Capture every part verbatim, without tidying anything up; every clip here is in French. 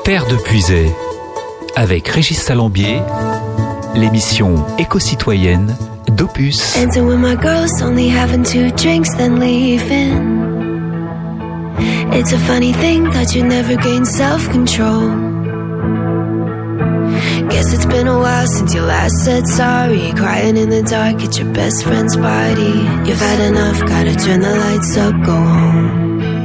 Terre de Puisay, avec Régis Salambier, l'émission éco-citoyenne d'Opus. And so when my girls only having two drinks then leaving, it's a funny thing that you never gain self-control. Guess it's been a while since you last said sorry, crying in the dark at your best friend's party. You've had enough, gotta turn the lights up, go home.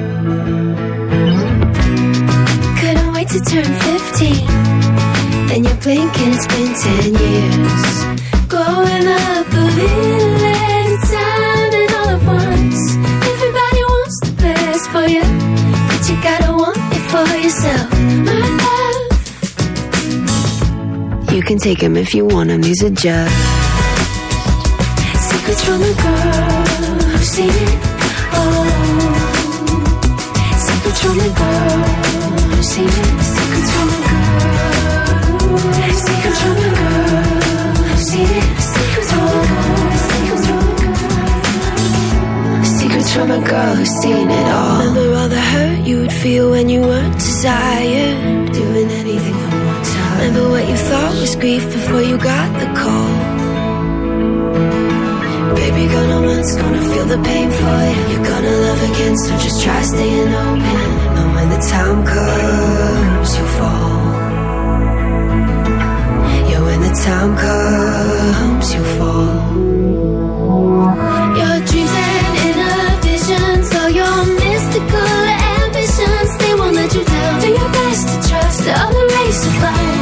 Couldn't wait to turn fifteen, then you blink and it's been ten years. Growing up a little at a time and all at once. Everybody wants the best for you, but you gotta want it for yourself, my love. You can take them if you want them, these are just secrets from a girl who's seen it all. Secrets from a girl who's seen it. Secrets from a girl. Secrets from a girl who's seen it. Secrets from a girl. Secrets from a girl who's seen it all. Remember all the hurt you would feel when you weren't desired, doing anything for more time. Remember what you thought was grief before you got the call. Baby, gonna once, gonna feel the pain for you. You're gonna love again, so just try staying open. And when the time comes, you fall. Yeah, when the time comes, you fall. Your dreams and inner visions, all your mystical ambitions, they won't let you down. Do your best to trust the other race of life.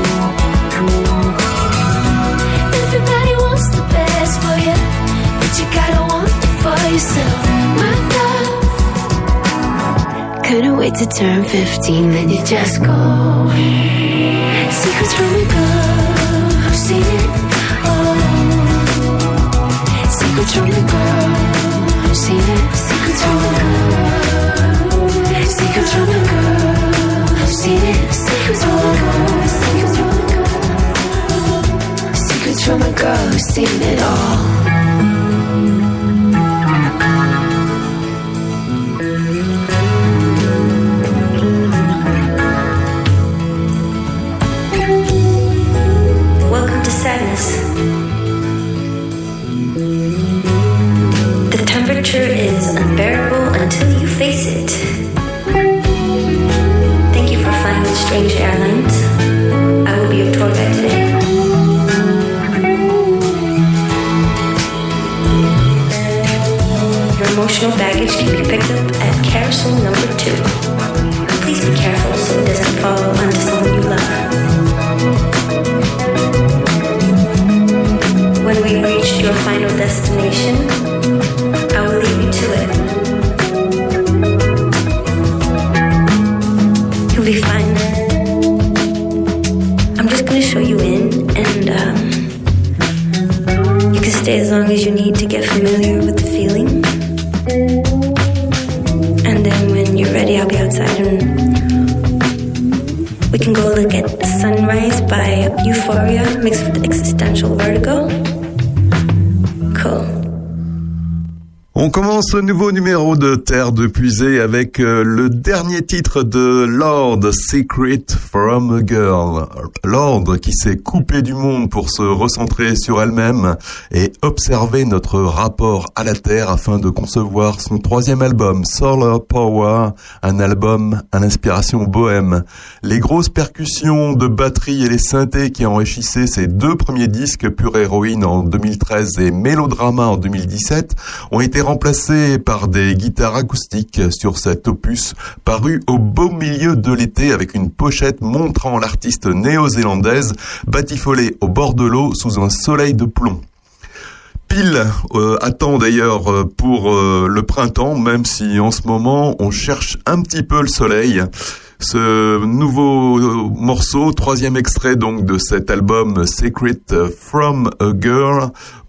Everybody wants the best for you, but you gotta want it for yourself, my love. Couldn't wait to turn fifteen, then you just go. Secrets from a girl who's seen it all. Secrets from a girl who's seen it. Secrets from a girl. Secrets from a girl who's seen it. Secrets from a girl. Secrets from a girl who's seen it all. Welcome to sadness. The temperature is unbearable until you face it. Thank you for flying with Strange Airlines. I will be your tour guide today. Your emotional baggage can be picked up at carousel number two. Please be careful so it doesn't fall onto someone you love. When we reach your final destination, I will leave you to it. You'll be fine. I'm just gonna show you in, and um, you can stay as long as you need to get familiar with the feeling. And then when you're ready, I'll be outside and we can go look at Sunrise by Euphoria mixed with existential vertigo. Cool. On commence ce nouveau numéro de Terre de Puisay avec euh, le dernier titre de Lord, Secret from a Girl. Lord qui s'est coupée du monde pour se recentrer sur elle-même et observer notre rapport à la Terre afin de concevoir son troisième album, Solar Power, un album à l'inspiration bohème. Les grosses percussions de batterie et les synthés qui enrichissaient ses deux premiers disques, Pure Héroïne en deux mille treize et Mélodrama en deux mille dix-sept, ont été remplacé par des guitares acoustiques sur cet opus paru au beau milieu de l'été avec une pochette montrant l'artiste néo-zélandaise batifolée au bord de l'eau sous un soleil de plomb. Pile euh, attend d'ailleurs euh, pour euh, le printemps, même si en ce moment on cherche un petit peu le soleil. Ce nouveau morceau, troisième extrait donc de cet album Secret from a Girl,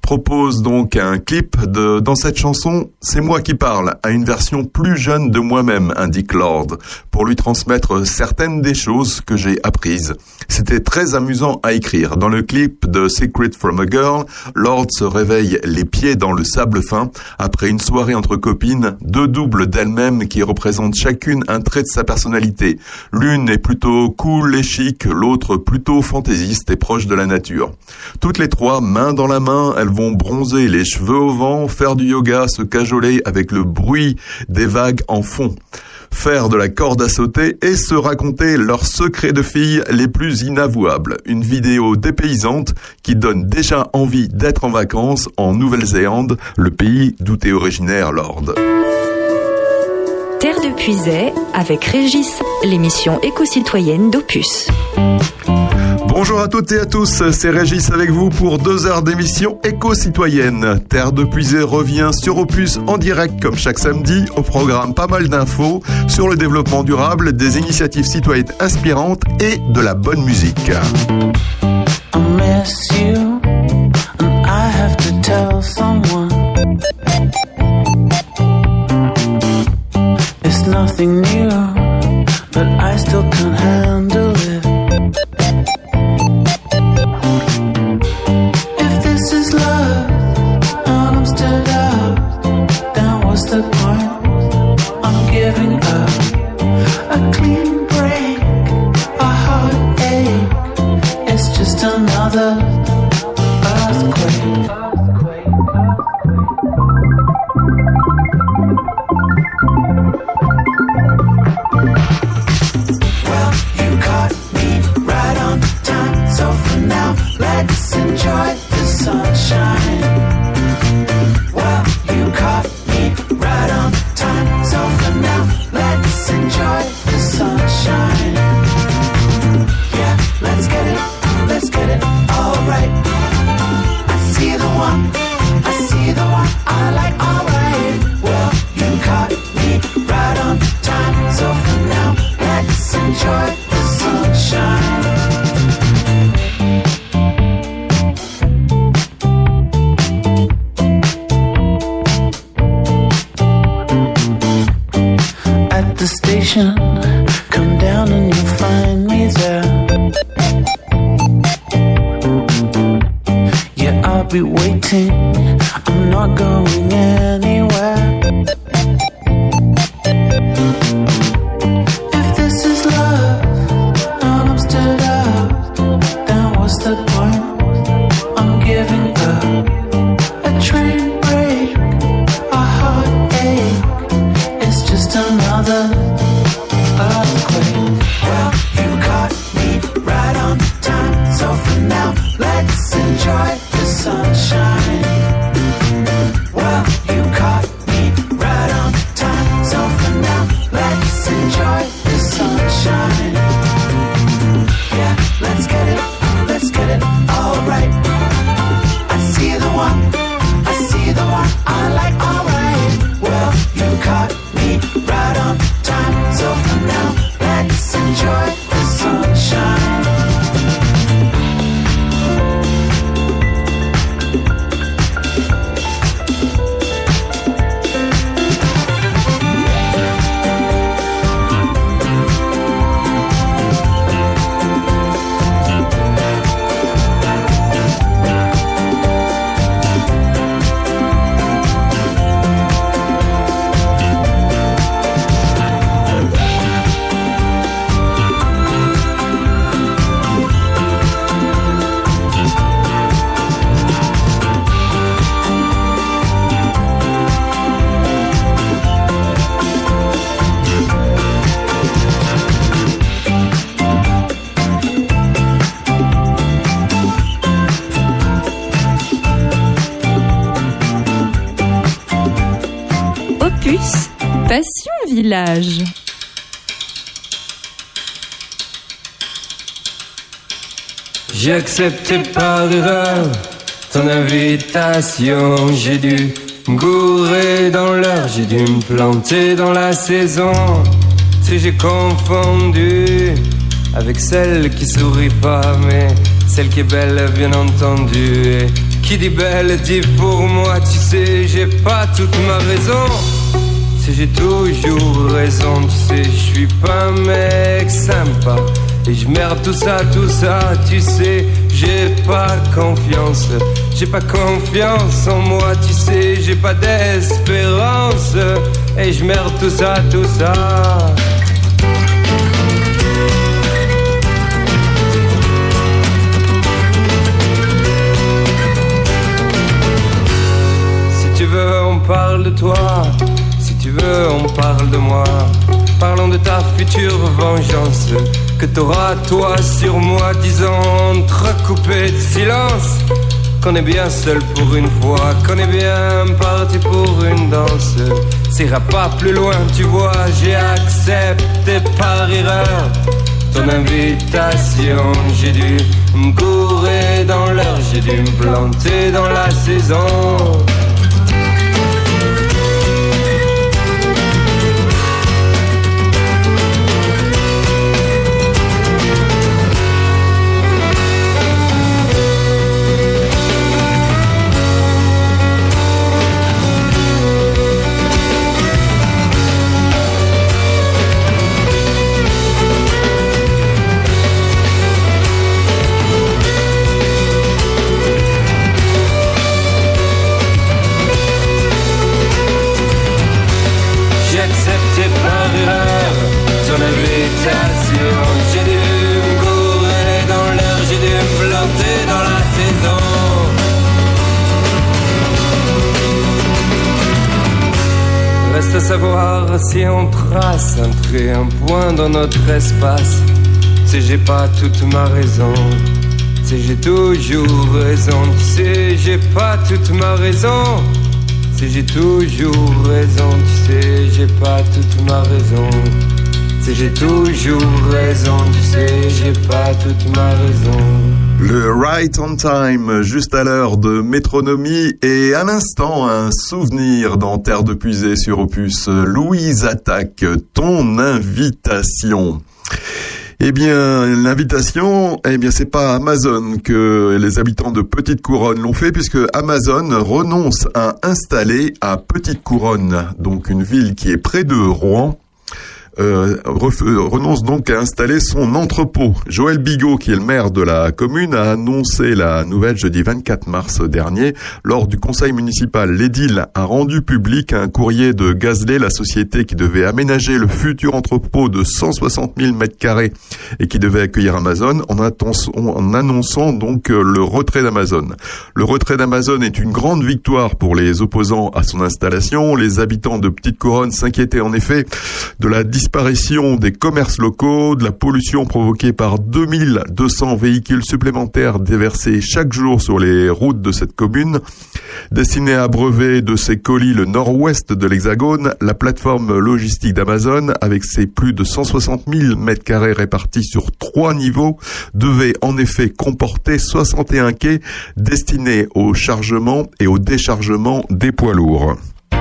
propose donc un clip de, dans cette chanson, c'est moi qui parle, à une version plus jeune de moi-même, indique Lord, pour lui transmettre certaines des choses que j'ai apprises. C'était très amusant à écrire. Dans le clip de Secret from a Girl, Lord se réveille les pieds dans le sable fin après une soirée entre copines, deux doubles d'elle-même qui représentent chacune un trait de sa personnalité. L'une est plutôt cool et chic, l'autre plutôt fantaisiste et proche de la nature. Toutes les trois, main dans la main, elles vont bronzer les cheveux au vent, faire du yoga, se cajoler avec le bruit des vagues en fond, faire de la corde à sauter et se raconter leurs secrets de filles les plus inavouables. Une vidéo dépaysante qui donne déjà envie d'être en vacances en Nouvelle-Zélande, le pays d'où est originaire Lord. Terre de Puisay avec Régis, l'émission éco-citoyenne d'Opus. Bonjour à toutes et à tous, c'est Régis avec vous pour deux heures d'émission éco-citoyenne. Terre de Puisay revient sur Opus en direct comme chaque samedi. Au programme pas mal d'infos sur le développement durable, des initiatives citoyennes inspirantes et de la bonne musique. I miss you and I have to tell someone. It's nothing new, but I still can't handle it. If this is love and I'm still out, then what's the point? I'm giving up. A clean break, a heartache, it's just another earthquake. Well, you caught me right on time, so for now, let's enjoy the sunshine. Well, you caught me right on time, so for now, let's enjoy the sunshine. Yeah, let's get it, let's get it, alright. I see the one, I see the one I like, alright. Well, you caught me right on time, so for now, let's enjoy the sunshine. At the station, come down and you'll find me there. Yeah, I'll be waiting, I'm not going anywhere. If this is love and I'm still out, then what's the point? I'm giving up. A train break, a heartache, it's just another earthquake. Well, you caught me right on time, so for now, let's enjoy the sunshine. Well, you caught me right on time, so for now, let's enjoy the sunshine. Yeah, let's get it, let's get it, alright. I see the one, I see the one I like, alright. Well, you caught me right on time, so for now, let's enjoy the sunshine. Opus, Passion Village. J'ai accepté par erreur ton invitation. J'ai dû me gourer dans l'heure, j'ai dû me planter dans la saison. Si j'ai confondu avec celle qui sourit pas, mais celle qui est belle bien entendu. Et qui dit belle dit pour moi, tu sais, j'ai pas toute ma raison. Si j'ai toujours raison, tu sais, je suis pas un mec sympa. Et je merde tout ça, tout ça, tu sais, j'ai pas confiance. J'ai pas confiance en moi, tu sais, j'ai pas d'espérance. Et je merde tout ça, tout ça. Si tu veux, on parle de toi. Si tu veux, on parle de moi. Parlons de ta future vengeance que t'auras toi sur moi, disant entrecoupé de silence qu'on est bien seul pour une fois, qu'on est bien parti pour une danse. Ça ira pas plus loin, tu vois, j'ai accepté par erreur ton invitation. J'ai dû me gourer dans l'heure, j'ai dû me planter dans la saison. Reste à savoir si on trace un trait, un point dans notre espace. Tu sais, j'ai pas toute ma raison. Tu sais, j'ai toujours raison. Tu sais, j'ai pas toute ma raison. Tu sais, j'ai toujours raison. Tu sais, j'ai pas toute ma raison. Tu sais, j'ai toujours raison. Tu sais, j'ai pas toute ma raison. Le Right on Time, juste à l'heure de Métronomie, et à l'instant, un souvenir dans Terre de Puisée sur Opus. Louise Attaque, ton invitation. Eh bien, l'invitation, eh bien, c'est pas Amazon que les habitants de Petite Couronne l'ont fait, puisque Amazon renonce à installer à Petite Couronne, donc une ville qui est près de Rouen. Euh, renonce donc à installer son entrepôt. Joël Bigot, qui est le maire de la commune, a annoncé la nouvelle jeudi vingt-quatre mars dernier lors du conseil municipal. L'édile a rendu public un courrier de Gazley, la société qui devait aménager le futur entrepôt de cent soixante mille mètres carrés et qui devait accueillir Amazon, en, en annonçant donc le retrait d'Amazon. Le retrait d'Amazon est une grande victoire pour les opposants à son installation. Les habitants de Petite Couronne s'inquiétaient en effet de la disparition des commerces locaux, de la pollution provoquée par deux mille deux cents véhicules supplémentaires déversés chaque jour sur les routes de cette commune. Destinée à abreuver de ses colis le nord-ouest de l'Hexagone, la plateforme logistique d'Amazon, avec ses plus de cent soixante mille mètres carrés répartis sur trois niveaux, devait en effet comporter soixante et un quais destinés au chargement et au déchargement des poids lourds.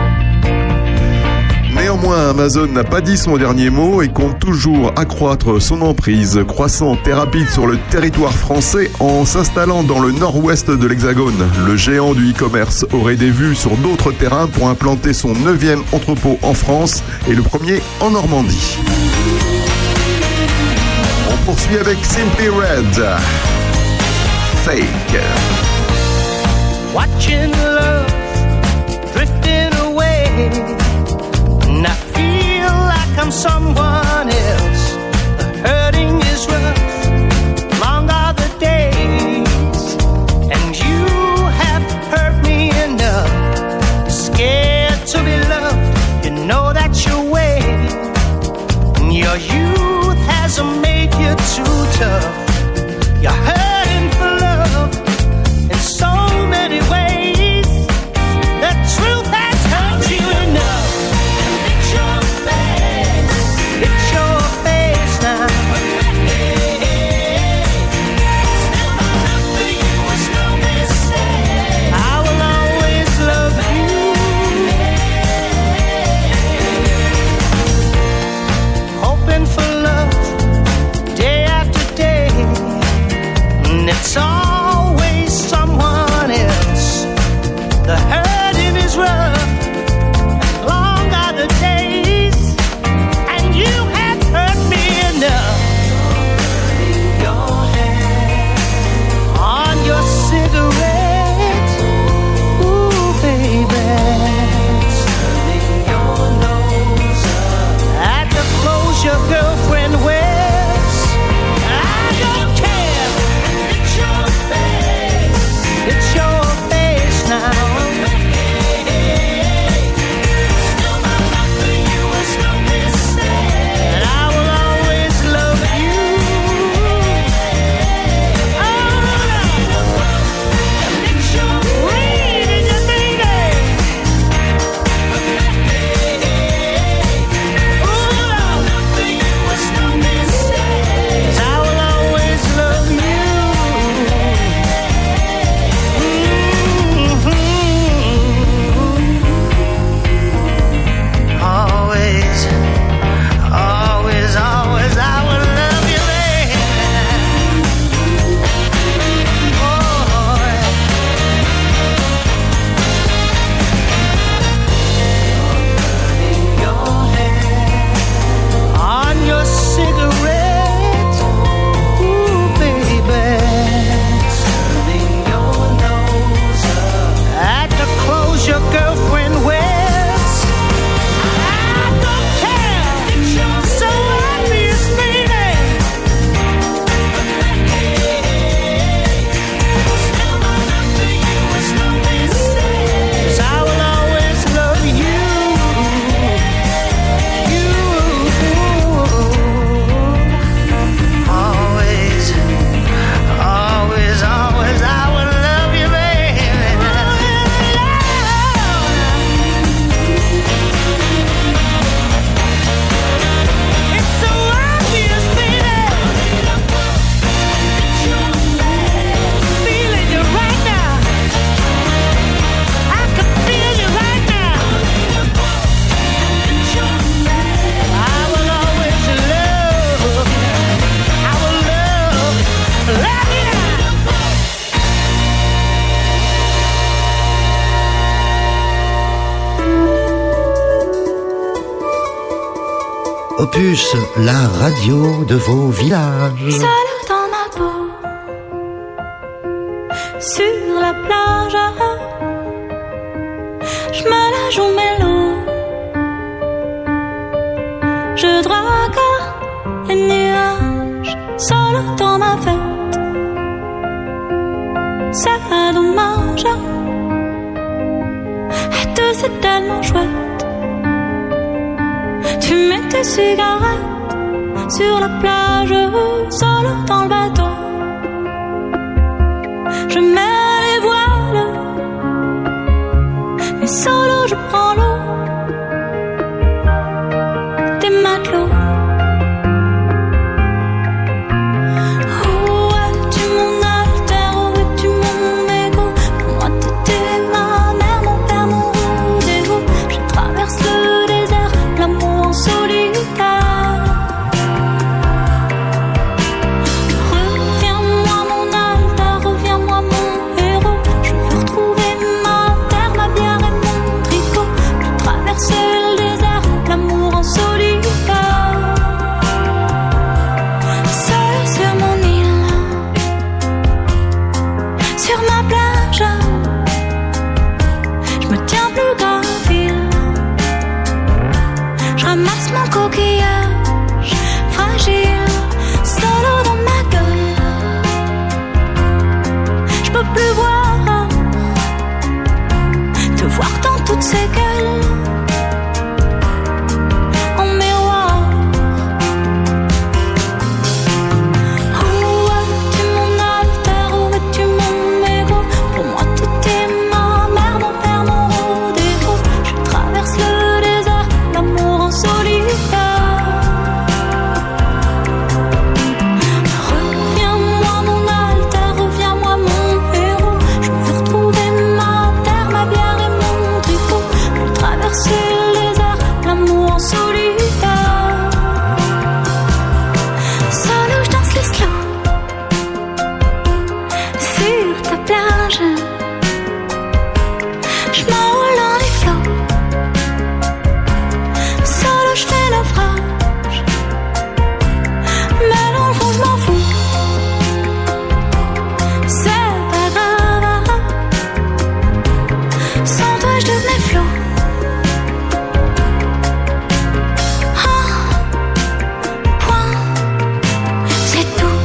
Néanmoins, Amazon n'a pas dit son dernier mot et compte toujours accroître son emprise croissante et rapide sur le territoire français en s'installant dans le nord-ouest de l'Hexagone. Le géant du e-commerce aurait des vues sur d'autres terrains pour implanter son neuvième entrepôt en France et le premier en Normandie. On poursuit avec Simply Red. Fake. Watching love drifting away. And I feel like I'm someone else. The hurting is rough, long are the days. And you have hurt me enough, scared to be loved. You know that's your way. And your youth hasn't made you too tough. You're hurting for love in so many ways. The truth has hurt you enough. Opus, la radio de vos villages. Seule dans ma peau, sur la plage, je me la joue mélo. Je drague les nuages, seul dans ma fête. C'est dommage, et tout c'est tellement chouette. Tu mets tes cigarettes sur la plage, seul dans le bateau. Je mets les voiles, mais solo je prends l'eau des matelots. Où es-tu mon alter, où es-tu mon égo? Pour moi tout est ma mère, mon père, mon rendez-vous. Je traverse le désert, l'amour en solitaire. Reviens-moi mon alter, reviens-moi mon héros. Je veux retrouver ma terre, ma bière et mon tricot. Je traverse le désert, l'amour en solitaire. Seul sur mon île, sur ma plage, je me tiens plus qu'un fil. Je ramasse mon coquillage fragile, solo dans ma gueule. Je peux plus voir, te voir dans toutes ces gueules. En miroir, où es-tu mon alter, où es-tu mon égo? Pour moi tout est ma mère, mon père, mon rendez-vous. Je traverse le désert, l'amour en solitaire. Reviens-moi mon alter, reviens-moi mon héros. Je veux retrouver ma terre, ma bière et mon tricot. Je traverse le désert, l'amour en solitaire. Solo je danse les slow sur ta plage. Je m'enroule dans les flots. Solo je fais naufrage, mais dans le fond je m'en fous. C'est pas grave, sans toi je devenais flot. Ah, point, c'est tout.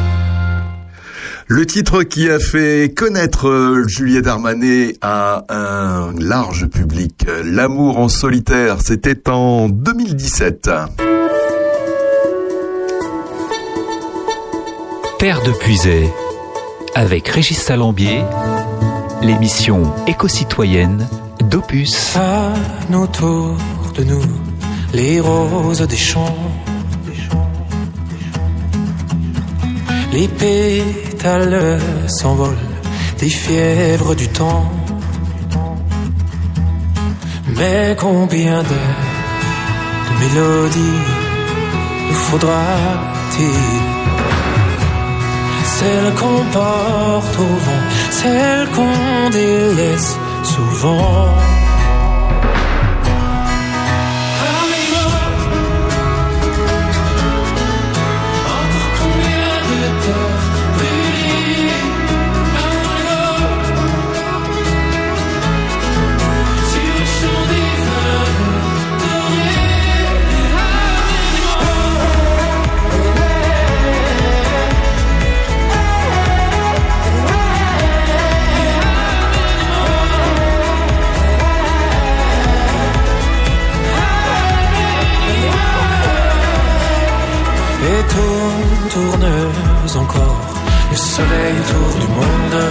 Le titre qui a fait connaître euh, Juliette Armanet à un large public, euh, L'amour en solitaire, c'était en deux mille dix-sept. Terre de Puisay, avec Régis Salambier, l'émission éco-citoyenne d'Opus. À nous autour de nous, les roses des champs, les pétales s'envolent des fièvres du temps. Mais combien d'heures de mélodies nous faudra-t-il? Celles qu'on porte au vent, celles qu'on délaisse souvent. Et tourne, tourne encore, le soleil autour du monde.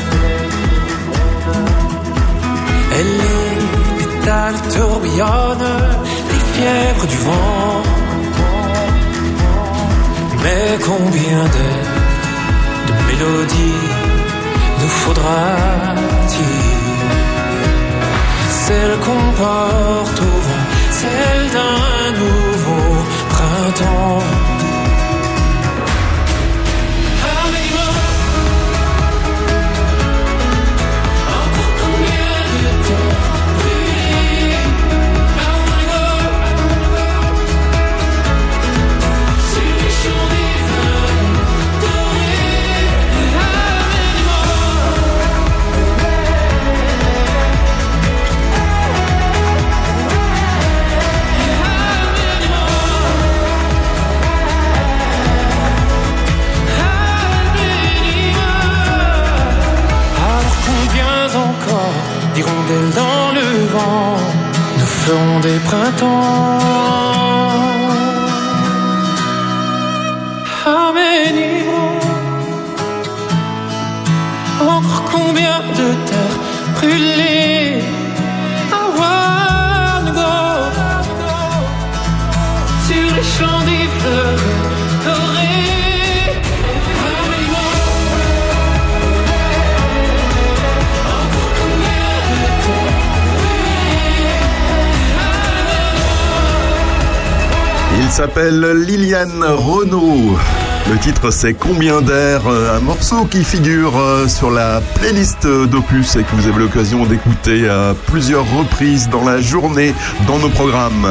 Et les pétales tourbillonnent, les fièvres du vent. Mais combien d'heures de mélodies nous faudra-t-il? Celle qu'on porte au vent, celle d'un nouveau printemps. les champs des fleurs dorés. Avec moi, encore combien de temps? Il s'appelle Liliane Renaud. Le titre c'est Combien d'air, un morceau qui figure sur la playlist d'Opus et que vous avez l'occasion d'écouter à plusieurs reprises dans la journée dans nos programmes.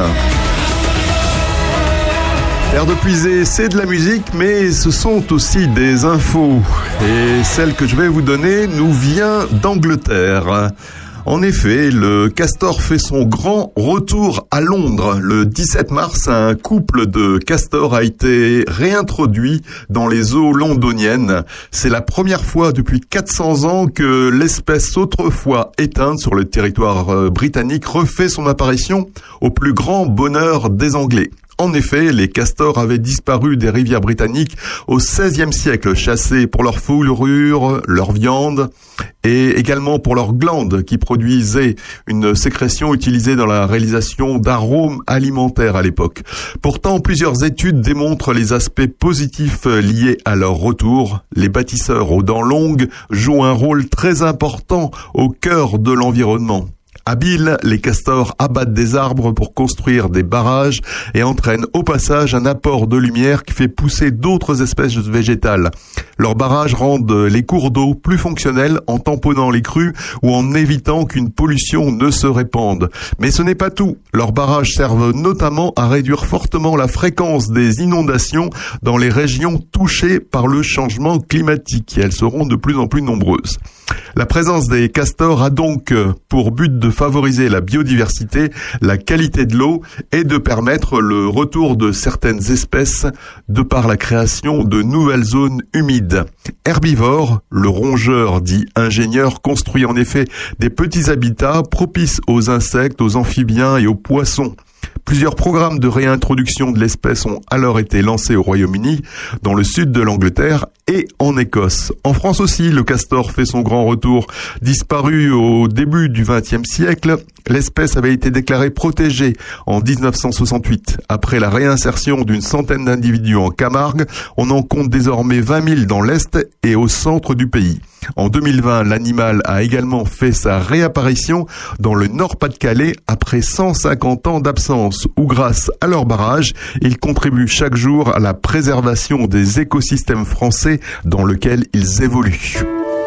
Terre de Puisée, c'est de la musique, mais ce sont aussi des infos. Et celle que je vais vous donner nous vient d'Angleterre. En effet, le castor fait son grand retour à Londres. Le dix-sept mars, un couple de castors a été réintroduit dans les eaux londoniennes. C'est la première fois depuis quatre cents ans que l'espèce autrefois éteinte sur le territoire britannique refait son apparition au plus grand bonheur des Anglais. En effet, les castors avaient disparu des rivières britanniques au seizième siècle, chassés pour leur fourrure, leur viande et également pour leurs glandes qui produisaient une sécrétion utilisée dans la réalisation d'arômes alimentaires à l'époque. Pourtant, plusieurs études démontrent les aspects positifs liés à leur retour. Les bâtisseurs aux dents longues jouent un rôle très important au cœur de l'environnement. Habiles, les castors abattent des arbres pour construire des barrages et entraînent au passage un apport de lumière qui fait pousser d'autres espèces végétales. Leurs barrages rendent les cours d'eau plus fonctionnels en tamponnant les crues ou en évitant qu'une pollution ne se répande. Mais ce n'est pas tout. Leurs barrages servent notamment à réduire fortement la fréquence des inondations dans les régions touchées par le changement climatique et elles seront de plus en plus nombreuses. La présence des castors a donc pour but de favoriser la biodiversité, la qualité de l'eau et de permettre le retour de certaines espèces de par la création de nouvelles zones humides. Herbivore, le rongeur dit ingénieur construit en effet des petits habitats propices aux insectes, aux amphibiens et aux poissons. Plusieurs programmes de réintroduction de l'espèce ont alors été lancés au Royaume-Uni, dans le sud de l'Angleterre et en Écosse. En France aussi, le castor fait son grand retour. Disparu au début du vingtième siècle, l'espèce avait été déclarée protégée en dix-neuf cent soixante-huit. Après la réinsertion d'une centaine d'individus en Camargue, on en compte désormais vingt mille dans l'Est et au centre du pays. En deux mille vingt, l'animal a également fait sa réapparition dans le Nord-Pas-de-Calais après cent cinquante ans d'absence, où grâce à leur barrage, ils contribuent chaque jour à la préservation des écosystèmes français dans lesquels ils évoluent.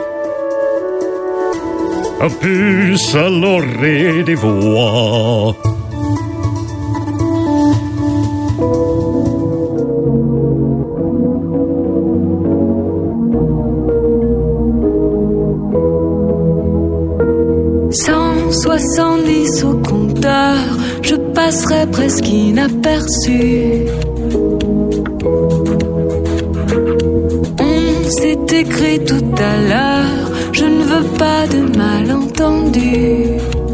Opus à l'orée des voix. cent soixante-dix au compteur, je passerai presque inaperçu. On s'est écrit tout à l'heure, je ne veux pas de malentendu.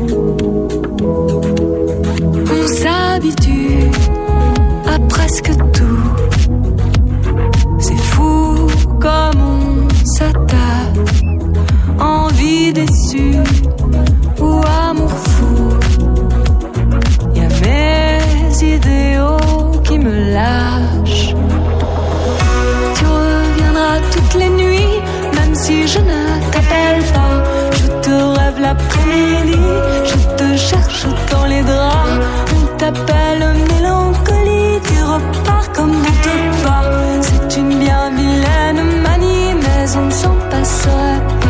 On s'habitue à presque tout. C'est fou comme on s'attache, envie déçue ou amour fou. Y'a mes idéaux qui me lâchent. Tu reviendras toutes les nuits, même si je ne t'appelle pas. Je te rêve l'après-midi, je te cherche dans les draps. On t'appelle mélancolie, tu repars comme on te part. C'est une bien vilaine manie, mais on ne s'en passerait pas.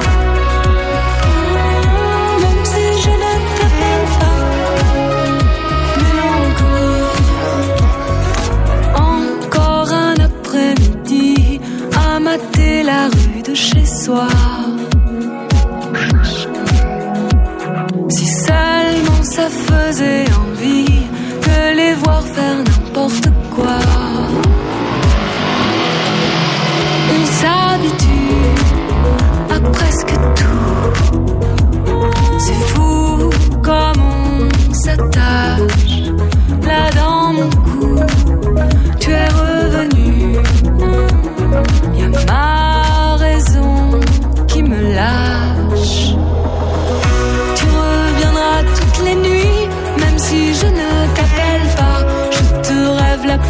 Mater la rue de chez soi. Si seulement ça faisait envie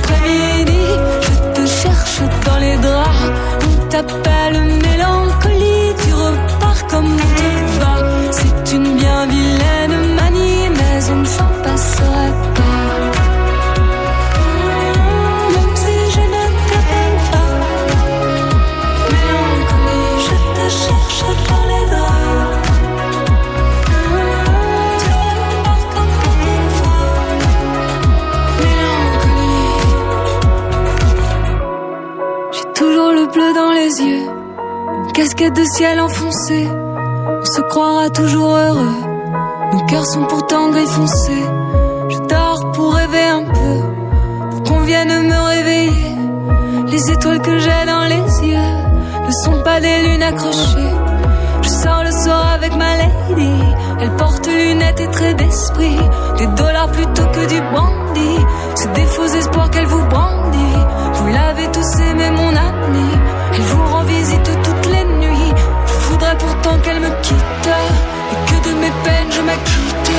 l'après-midi, je te cherche dans les draps. On t'appelle mélancolie, tu repars comme tu vas. C'est une bien vilaine manie, mais on ne s'en passerait pas. Même si je ne t'appelle pas, mélancolie, je te cherche dans les draps. Tu repars comme tu vas. Mélancolie, j'ai toujours le bleu dans les yeux, une casquette de ciel enfoncé. On se croira toujours heureux, nos cœurs sont pourtant gris foncé. Je dors pour rêver un peu, pour qu'on vienne me réveiller. Les étoiles que j'ai dans les yeux ne sont pas des lunes accrochées. Je sors le soir avec ma lady, elle porte lunettes et traits d'esprit. Des dollars plutôt que du brandy, c'est des faux espoirs qu'elle vous brandit. Vous l'avez tous aimé mon ami, elle vous rend visite toutes les nuits. Je voudrais pourtant qu'elle me quitte, et que de mes peines je m'acquitte.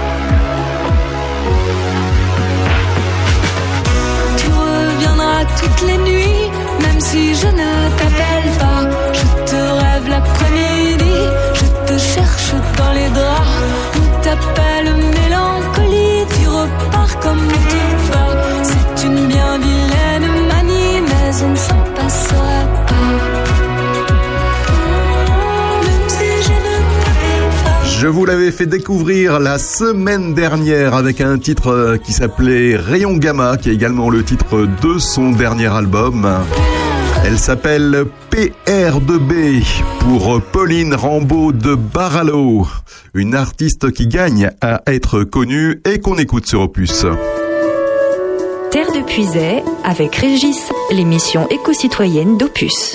Tu reviendras toutes les nuits, même si je ne t'appelle pas. Je te rêve l'après-midi, je te cherche dans les draps. On t'appelle mélancolie, tu repars comme tu vas. C'est une bien vilaine manie, mais on ne s'en passerait pas. Je vous l'avais fait découvrir la semaine dernière avec un titre qui s'appelait Rayon Gamma, qui est également le titre de son dernier album. Elle s'appelle P R deux B pour Pauline Rambaud de Baralo, une artiste qui gagne à être connue et qu'on écoute sur Opus. Terre de Puisay avec Régis, l'émission éco-citoyenne d'Opus.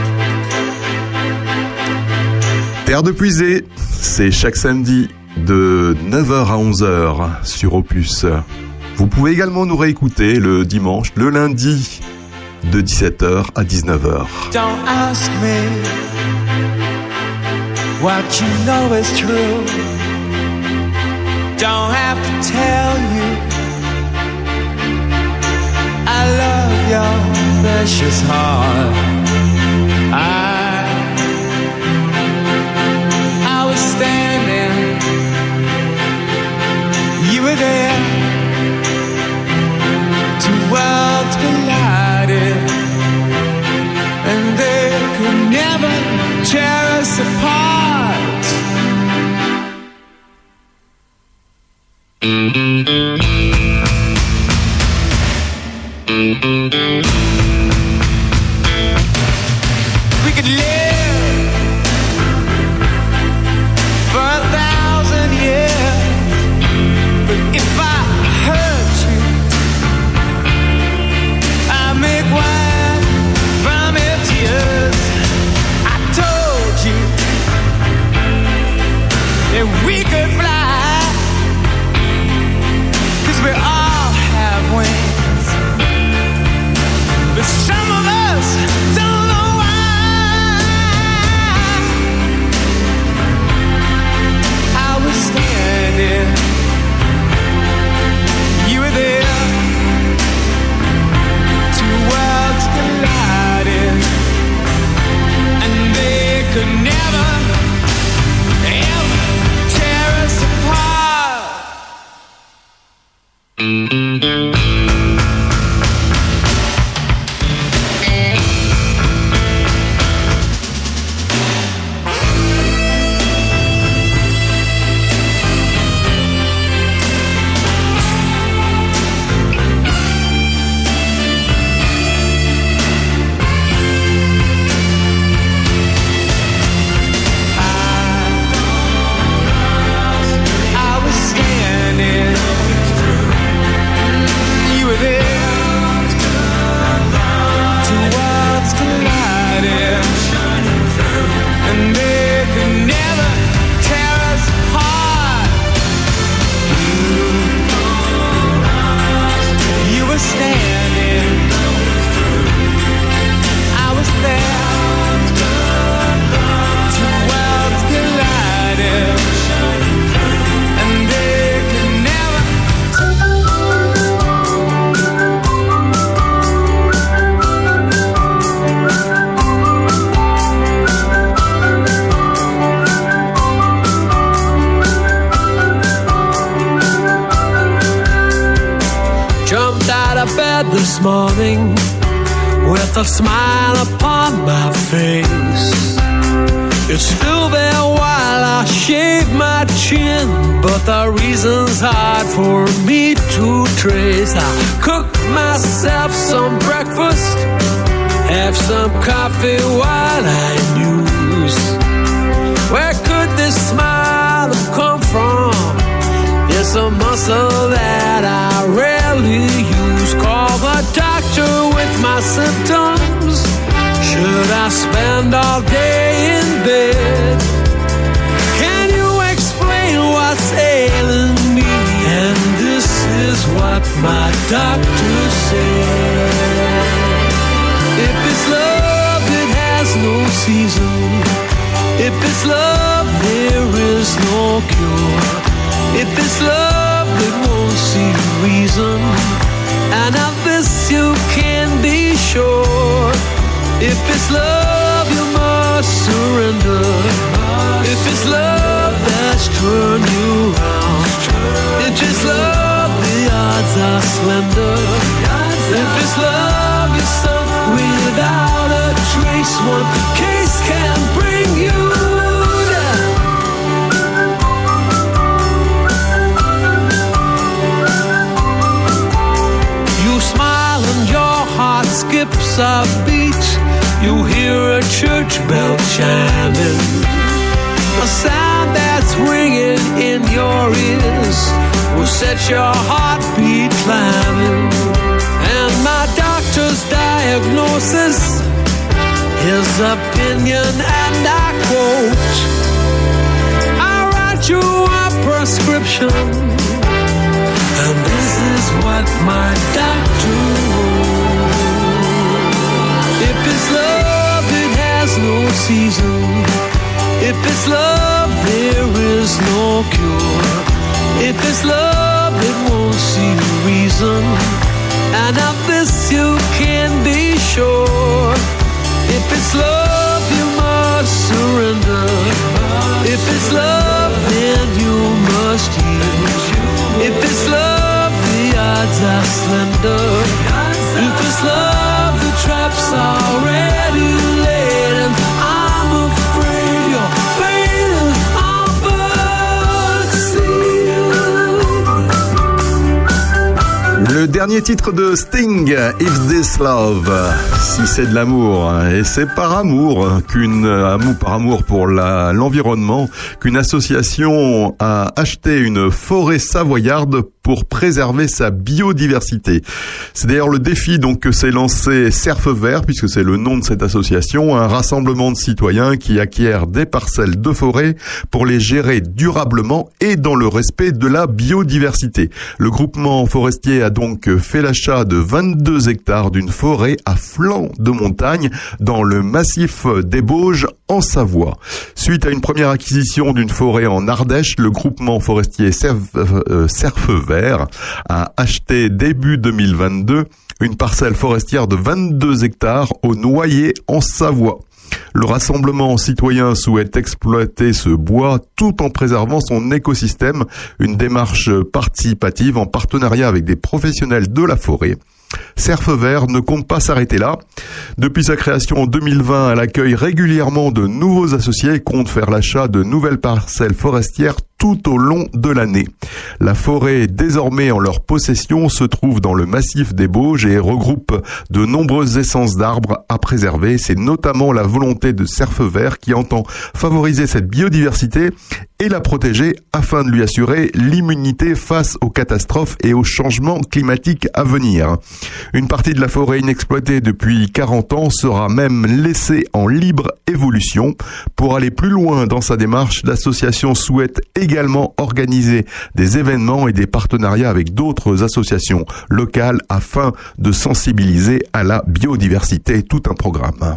Terre de Puisay, c'est chaque samedi de neuf heures à onze heures sur Opus. Vous pouvez également nous réécouter le dimanche, le lundi de dix-sept heures à dix-neuf heures. Don't ask me what you know is true. Don't have to tell you I love your precious heart. I I was standing, you were there. Two worlds collided, and they could never tear us apart. We could live for a thousand years, but if I hurt you, I make wine from your tears. I told you that we could fly, 'cause we all have wings, but some of us don't know why. out of bed this morning with a smile upon my face. It's still there while I shave my chin, but the reason's hard for me to trace. I cook myself some breakfast, have some coffee while I muse. Where could this smile have come from? It's a muscle that I rarely use. Call the doctor with my symptoms. Should I spend all day in bed? Can you explain what's ailing me? And this is what my doctor said. If it's love, it has no season. If it's love, there is no cure. If it's love, it won't see reason. And of this you can be sure. If it's love, you must surrender. If it's love that's turned you round, if it's love, the odds are slender. If it's love, you're sunk without a trace. One case can bring you down. You smile and your heart skips a beat. You hear a church bell chiming, a sound that's ringing in your ears will set your heartbeat climbing. And my doctor's diagnosis, his opinion, and I quote, I write you a prescription, and this is what my doctor wrote. If it's love, it has no season. If it's love, there is no cure. If it's love, it won't see reason. And of this you can be sure. If it's love, you must surrender. If it's love, then you must yield. If it's love, the odds are slender. If it's love, the trap's already laid, and I'm afraid you're fading on but sealed. Le dernier titre de Sting, If This Love, si c'est de l'amour, et c'est par amour qu'une amour par amour pour la, l'environnement qu'une association a acheté une forêt savoyarde pour préserver sa biodiversité. C'est d'ailleurs le défi donc que s'est lancé Cerf Vert, puisque c'est le nom de cette association, un rassemblement de citoyens qui acquièrent des parcelles de forêt pour les gérer durablement et dans le respect de la biodiversité. Le groupement forestier a donc fait l'achat de vingt-deux hectares d'une forêt à flanc de montagne dans le massif des Bauges en Savoie. Suite à une première acquisition d'une forêt en Ardèche, le groupement forestier Cerf, euh, Cerf Vert a acheté début deux mille vingt-deux une parcelle forestière de vingt-deux hectares au Noyer en Savoie. Le rassemblement citoyen souhaite exploiter ce bois tout en préservant son écosystème, une démarche participative en partenariat avec des professionnels de la forêt. Cerf Vert ne compte pas s'arrêter là. Depuis sa création en deux mille vingt, elle accueille régulièrement de nouveaux associés et compte faire l'achat de nouvelles parcelles forestières tout au long de l'année. La forêt, désormais en leur possession, se trouve dans le massif des Bauges et regroupe de nombreuses essences d'arbres à préserver. C'est notamment la volonté de Cerf Vert qui entend favoriser cette biodiversité et la protéger afin de lui assurer l'immunité face aux catastrophes et aux changements climatiques à venir. Une partie de la forêt inexploitée depuis quarante ans sera même laissée en libre évolution. Pour aller plus loin dans sa démarche, l'association souhaite également organiser des événements et des partenariats avec d'autres associations locales afin de sensibiliser à la biodiversité. Tout un programme.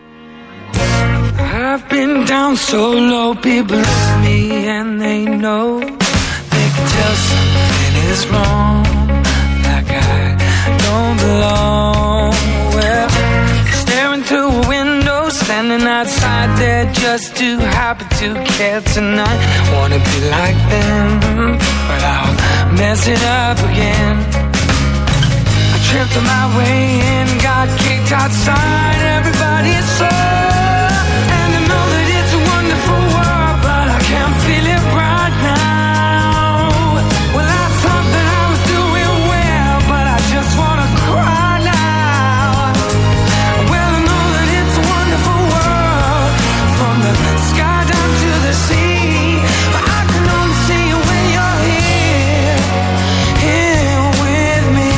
I've been down so low, people love me and they know they can tell something is wrong, like I don't belong. Well, staring through a window, standing outside there just too happy to care tonight. Wanna be like them, but I'll mess it up again. tripped on my way in, got kicked outside, everybody saw. And I know that it's a wonderful world, but I can't feel it right now. Well, I thought that I was doing well, but I just wanna cry now. Well, I know that it's a wonderful world, from the sky down to the sea, but I can only see you when you're here, here with me.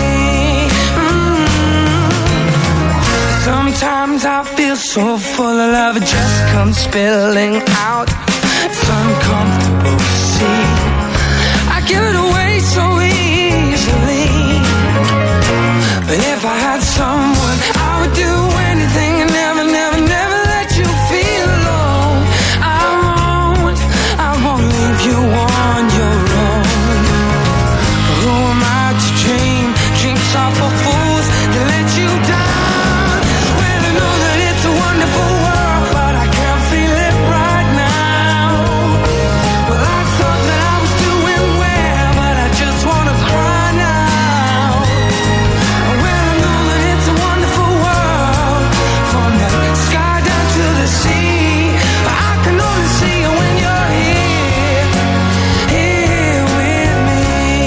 Mm. Sometimes I feel so full of love, it just comes spilling out. It's uncomfortable to see. I give it away so easily, but if I had someone, I would do anything and never, never, never let you feel alone. I won't, I won't leave you on your own. But who am I to dream dreams are for fools to let you down? Well, I know that it's a wonderful world, but I can't feel it right now. Well, I thought that I was doing well, but I just wanna cry now. Well, I know that it's a wonderful world, from the sky down to the sea, but I can only see you when you're here, here with me.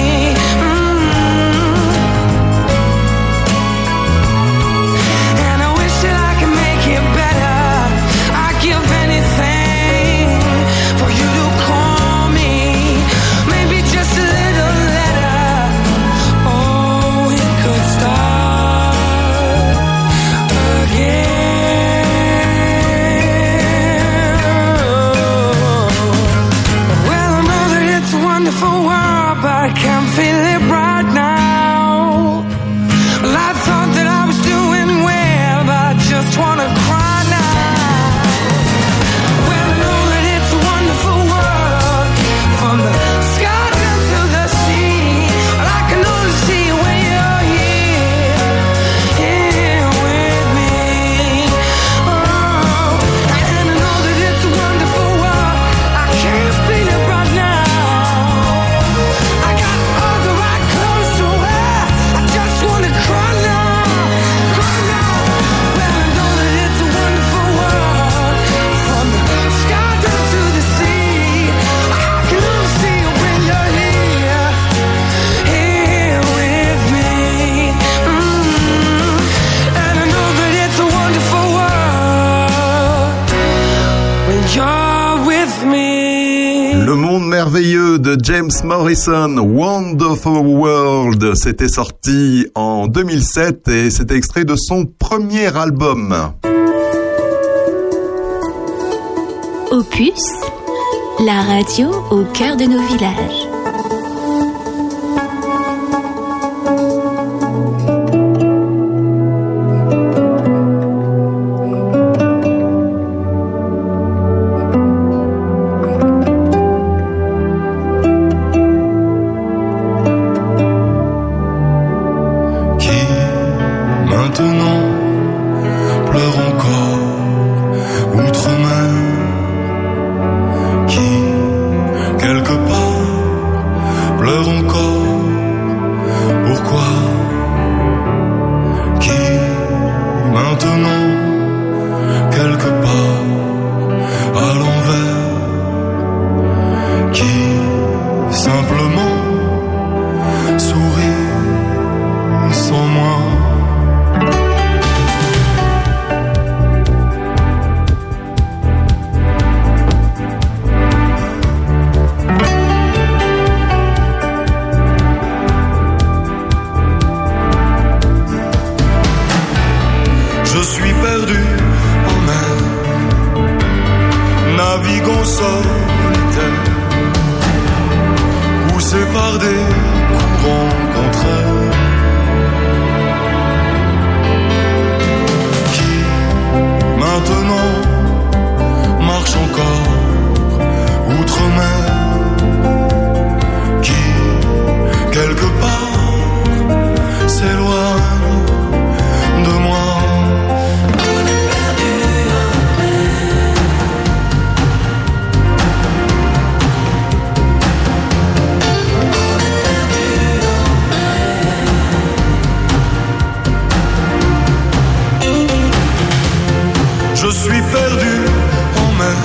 Mm. And I wish that I could make it better. I'd give anything for you to call me, maybe just a little letter. Oh, we could start again. Well, I know that it's a wonderful world, but I can't feel it right now. Well, I thought that I was doing well, but I just wanna cry now. Well, I know that it's a wonderful world, from the sky down to the sea, but I can only see you when you're here, here with me. Oh, and I know that it's a wonderful world, I can't feel it right now. I got all the right clothes to wear, I just wanna cry now, cry now. Well, I know that it's a wonderful world, from the sky down to the sea, I can only see you when you're here, here with me. Mm. And I know that it's a wonderful world, when you're with me. Le monde merveilleux de James Morrison, Wonderful World, c'était sorti en deux mille sept et c'était extrait de son premier album. Opus, la radio au cœur de nos villages. Qui maintenant pleure encore outre-mer, qui quelque part pleure encore. Pourquoi? Qui maintenant quelque part à l'envers, qui simplement sourit sans moi. suis perdu en mer,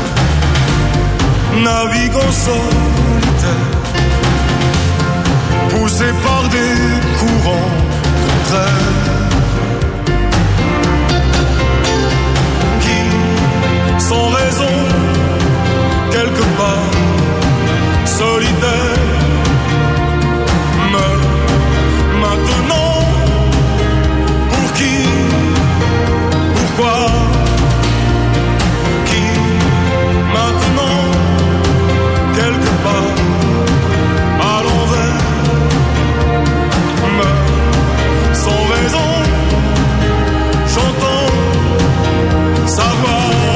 naviguant solitaire, poussé par des courants contraires. Sans raison, quelque part, solitaire, meurt maintenant. Pour qui? Pourquoi? Qui? Maintenant, quelque part, à l'envers, meurt sans raison, j'entends sa voix.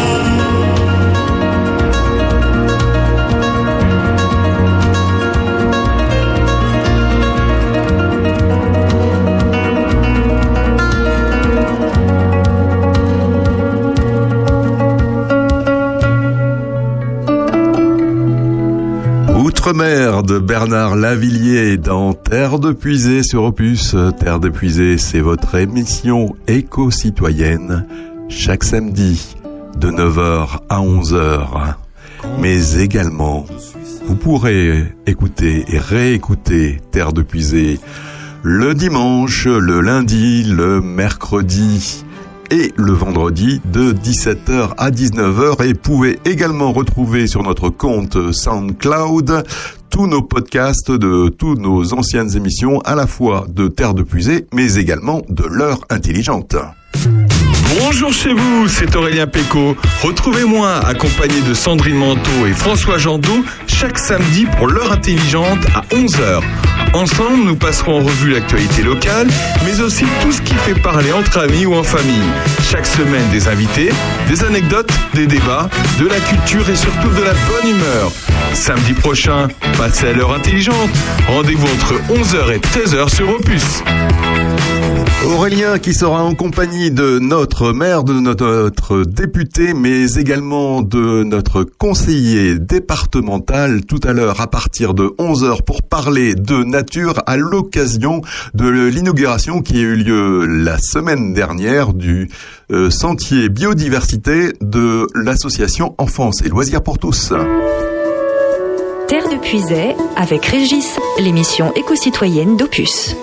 Outre-mer de Bernard Lavillier dans Terre de Puisée sur Opus. Terre de Puisée, c'est votre émission éco-citoyenne chaque samedi de neuf heures à onze heures. Mais également, vous pourrez écouter et réécouter Terre de Puisée le dimanche, le lundi, le mercredi et le vendredi de dix-sept heures à dix-neuf heures, et pouvez également retrouver sur notre compte SoundCloud tous nos podcasts de toutes nos anciennes émissions, à la fois de Terre de Puisée mais également de l'heure intelligente. Bonjour chez vous, c'est Aurélien Pécaud. Retrouvez-moi accompagné de Sandrine Manteau et François Jandot chaque samedi pour l'heure intelligente à onze heures. Ensemble, nous passerons en revue l'actualité locale, mais aussi tout ce qui fait parler entre amis ou en famille. Chaque semaine, des invités, des anecdotes, des débats, de la culture et surtout de la bonne humeur. Samedi prochain, passez à l'heure intelligente. Rendez-vous entre onze heures et treize heures sur Opus. Aurélien qui sera en compagnie de notre maire, de notre député, mais également de notre conseiller départemental tout à l'heure à partir de onze heures pour parler de nature à l'occasion de l'inauguration qui a eu lieu la semaine dernière du euh, sentier biodiversité de l'association Enfance et Loisirs pour tous. Terre de Puisée avec Régis, l'émission éco-citoyenne d'Opus.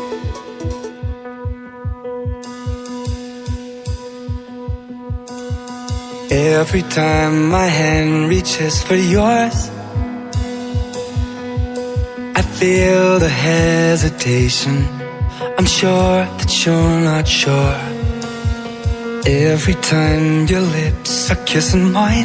Every time my hand reaches for yours, I feel the hesitation. I'm sure that you're not sure. Every time your lips are kissing mine,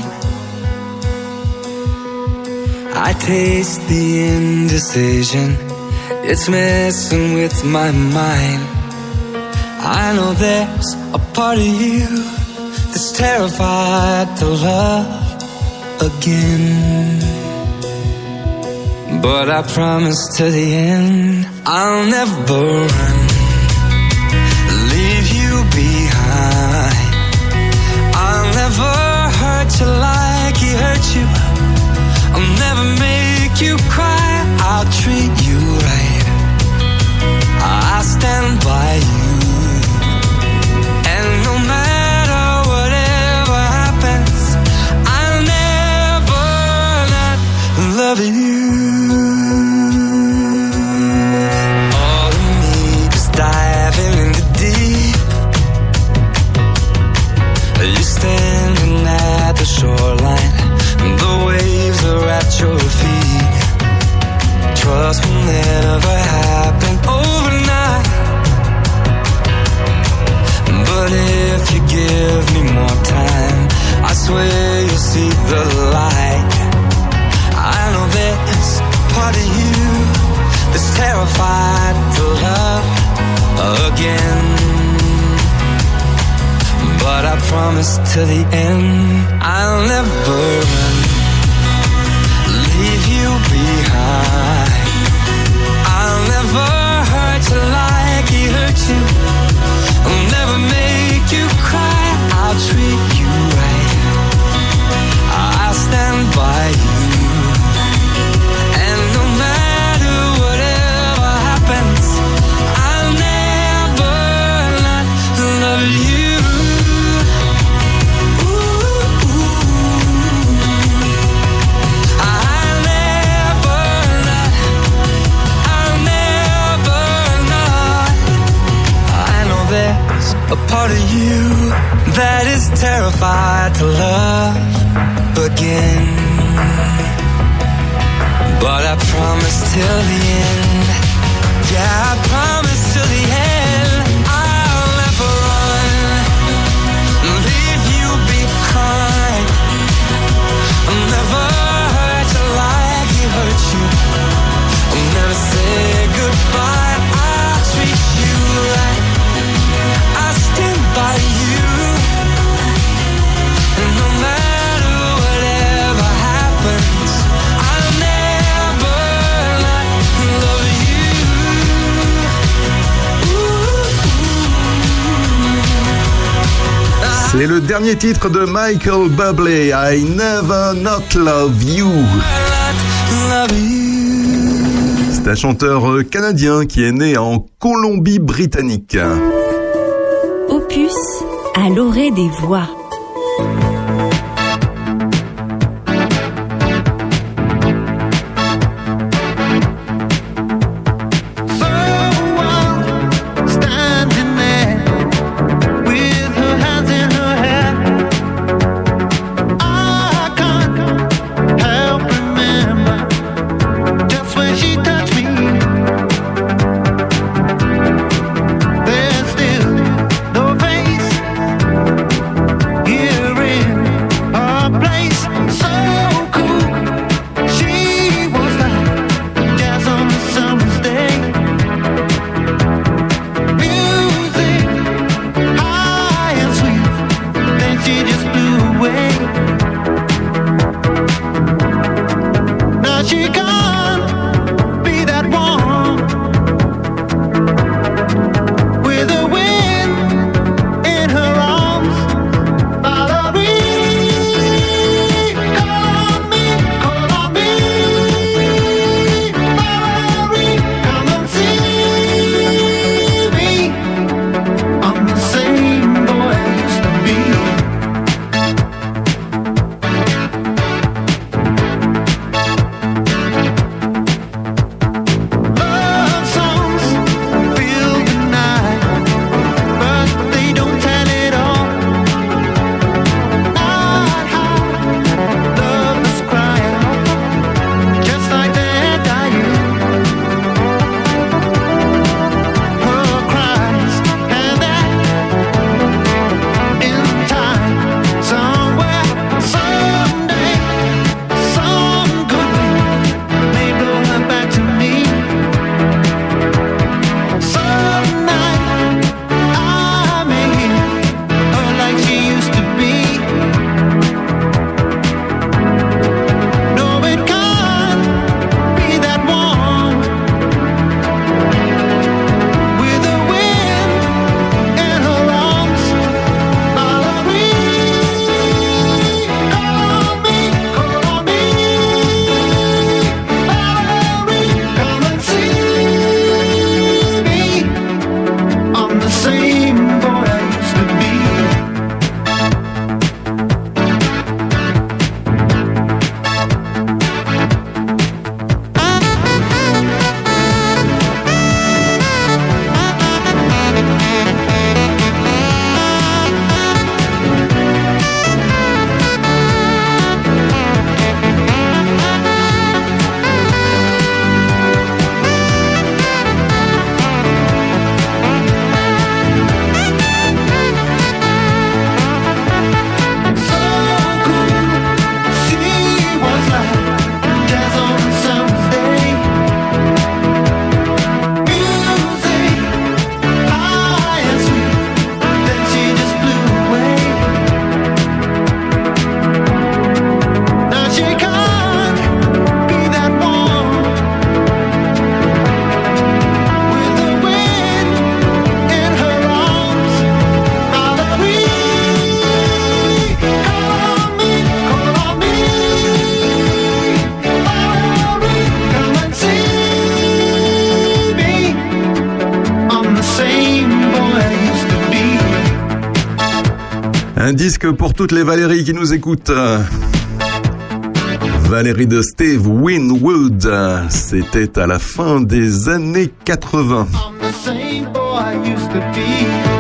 I taste the indecision. It's messing with my mind. I know there's a part of you that's terrified to love again. But I promise to the end I'll never run, leave you behind. I'll never hurt you like he hurt you. I'll never make you cry. I'll treat you right. I'll stand by you. And no matter whatever happens, I'll never not love you. All of me is diving in the deep. You're standing at the shoreline, the waves are at your feet. Trust will never happen overnight, but if you give me more time, I swear you'll see the light. I know there's part of you that's terrified to love again, but I promise to the end I'll never run, leave you behind. I'll never hurt you like he hurt you. I'll never make you cry. I'll treat you right. I'll stand by you. And no matter whatever happens, I'll never not love you. Ooh. a part of you that is terrified to love again. But I promise till the end, yeah, I promise till the end, I'll never run, leave you behind. I'll never hurt you like he hurt you. I'll never say goodbye. I'll treat you right. I'll stand by you. And no matter whatever happens, I'll never not love you. Ooh. C'est le dernier titre de Michael Bublé, I Never Not Love You. C'est un chanteur canadien qui est né en Colombie-Britannique. Opus à l'orée des voix. Un disque pour toutes les Valérie qui nous écoutent. Valérie de Steve Winwood, c'était à la fin des années quatre-vingts.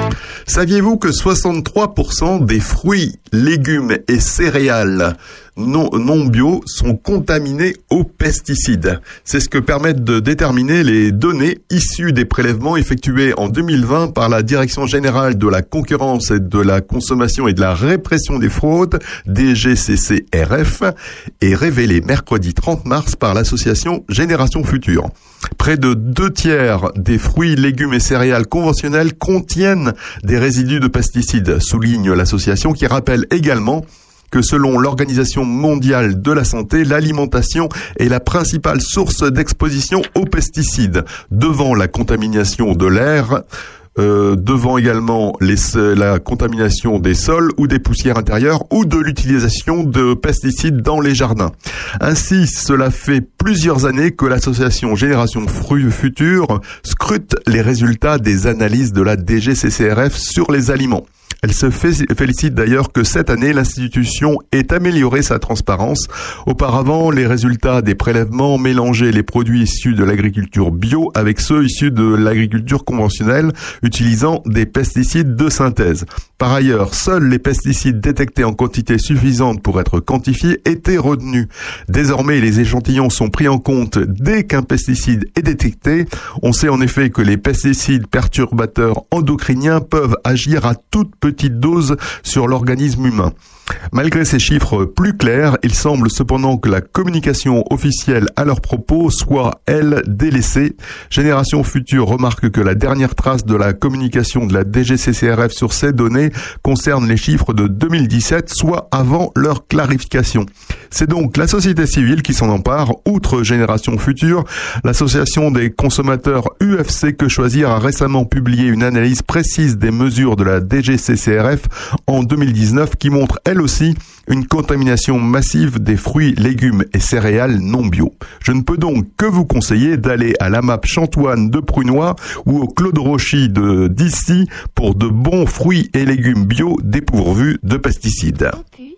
Saviez-vous que soixante-trois pour cent des fruits, légumes et céréales non, non bio sont contaminés aux pesticides? C'est ce que permettent de déterminer les données issues des prélèvements effectués en deux mille vingt par la Direction générale de la concurrence et de la consommation et de la répression des fraudes, D G C C R F, et révélées mercredi trente mars par l'association Génération Future. Près de deux tiers des fruits, légumes et céréales conventionnels contiennent des résidus de pesticides, souligne l'association, qui rappelle également que selon l'Organisation mondiale de la santé, l'alimentation est la principale source d'exposition aux pesticides, devant la contamination de l'air, Euh, devant également les, la contamination des sols ou des poussières intérieures ou de l'utilisation de pesticides dans les jardins. Ainsi, cela fait plusieurs années que l'association Génération Future scrute les résultats des analyses de la D G C C R F sur les aliments. Elle se félicite d'ailleurs que cette année, l'institution ait amélioré sa transparence. Auparavant, les résultats des prélèvements mélangeaient les produits issus de l'agriculture bio avec ceux issus de l'agriculture conventionnelle, utilisant des pesticides de synthèse. Par ailleurs, seuls les pesticides détectés en quantité suffisante pour être quantifiés étaient retenus. Désormais, les échantillons sont pris en compte dès qu'un pesticide est détecté. On sait en effet que les pesticides perturbateurs endocriniens peuvent agir à toute petite dose sur l'organisme humain. Malgré ces chiffres plus clairs, il semble cependant que la communication officielle à leurs propos soit, elle, délaissée. Génération Future remarque que la dernière trace de la communication de la D G C C R F sur ces données concerne les chiffres de deux mille dix-sept, soit avant leur clarification. C'est donc la société civile qui s'en empare. Outre Génération Future, l'association des consommateurs U F C Que Choisir a récemment publié une analyse précise des mesures de la D G C C R F en deux mille dix-neuf qui montre, elle aussi, une contamination massive des fruits, légumes et céréales non bio. Je ne peux donc que vous conseiller d'aller à la map Chantoine de Prunois ou au Claude Rochy de d'Issy pour de bons fruits et légumes bio dépourvus de pesticides.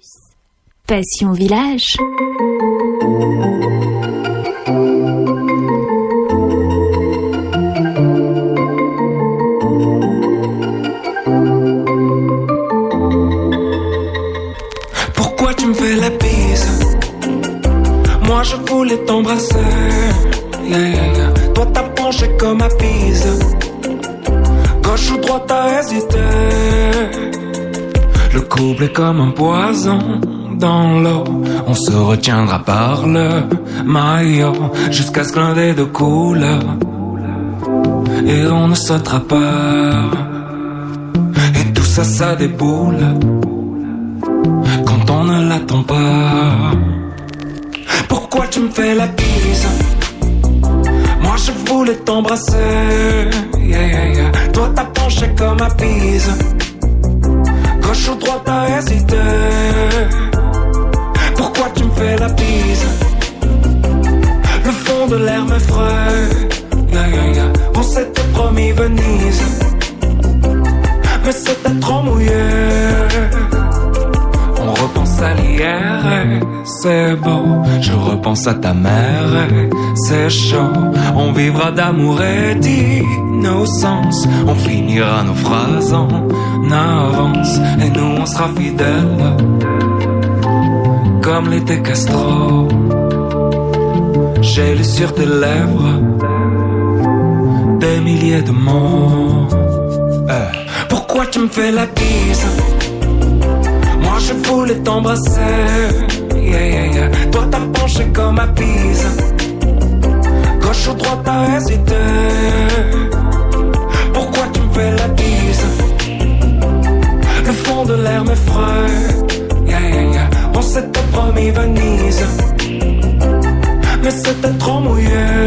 Passion Village. Pourquoi tu me fais la bise? Moi je voulais t'embrasser, yeah, yeah, yeah. Toi t'as penché comme à Pise. Gauche ou droite t'as hésité. Le couple est comme un poison dans l'eau. On se retiendra par le maillot jusqu'à ce que l'un des deux coule. Et on ne sautera pas. Et tout ça, ça déboule quand on ne l'attend pas. Pourquoi tu me fais la bise? Moi je voulais t'embrasser, yeah, yeah, yeah. Toi t'as penché comme à Pise. Gauche ou droite t'as hésité. Pourquoi tu me fais la bise? Le fond de l'air m'effraie, yeah, yeah, yeah. On s'était promis Venise, mais c'était trop mouillé. On repense à l'hier, c'est beau. Je repense à ta mère, c'est chaud. On vivra d'amour et d'innocence. On finira nos phrases en avance. Et nous on sera fidèles comme l'était Castro. J'ai lu sur tes lèvres des milliers de mots. euh. Pourquoi tu me fais la bise? Moi je voulais t'embrasser, yeah, yeah, yeah. Toi t'as penché comme à Pise. Gauche ou droite t'as hésité. Pourquoi tu me fais la bise? Le fond de l'air m'effraie, yeah, yeah, yeah. On s'était promis Venise, mais c'était trop mouillé.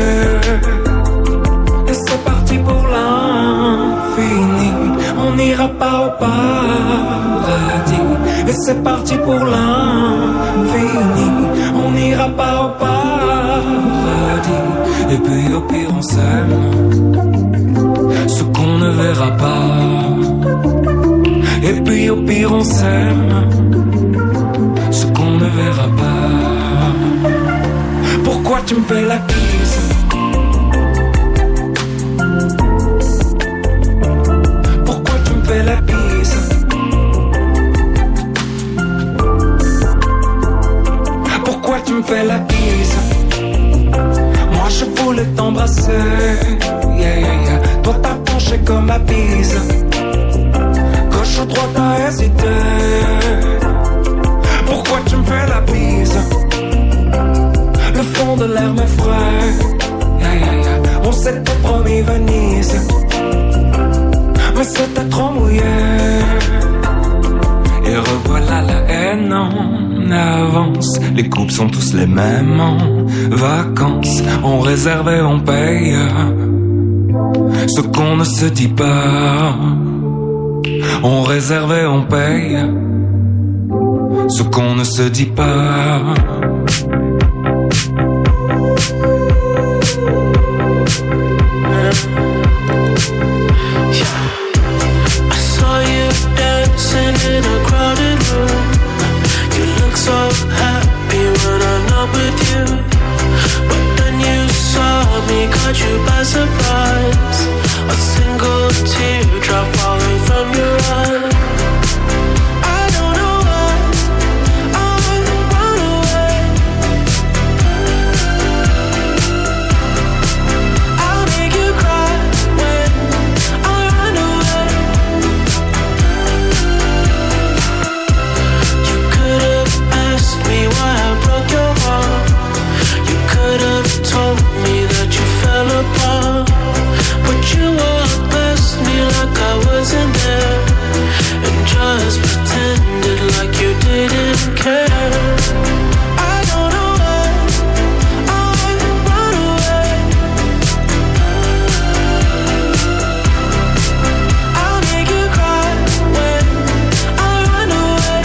Et c'est parti pour l'infini. On n'ira pas au paradis. Et c'est parti pour l'infini. On n'ira pas au paradis. Et puis au pire on s'aime, ce qu'on ne verra pas. Et puis au pire on s'aime, ce qu'on ne verra pas. Pourquoi tu me fais la bise? Pourquoi tu me fais la bise? trois t'as hésité. Pourquoi tu me fais la bise? Le fond de l'air m'effraie. Yeah, yeah, yeah. On s'était promis Venise, mais c'était trop mouillé. Et revoilà la haine en avance. Les couples sont tous les mêmes en vacances. On réserve et on paye ce qu'on ne se dit pas. On réserve et on paye ce qu'on ne se dit pas. In a crowded room, you look so happy when I'm not with you. But then you saw me, caught you by surprise. A single teardrop falling from your eye. I don't know why I run away. I'll make you cry when I run away. Why I broke your heart. You could have told me that you fell apart, but you walked past me like I wasn't there, and just pretended like you didn't care. I don't know why I run away. I'll make you cry when I run away.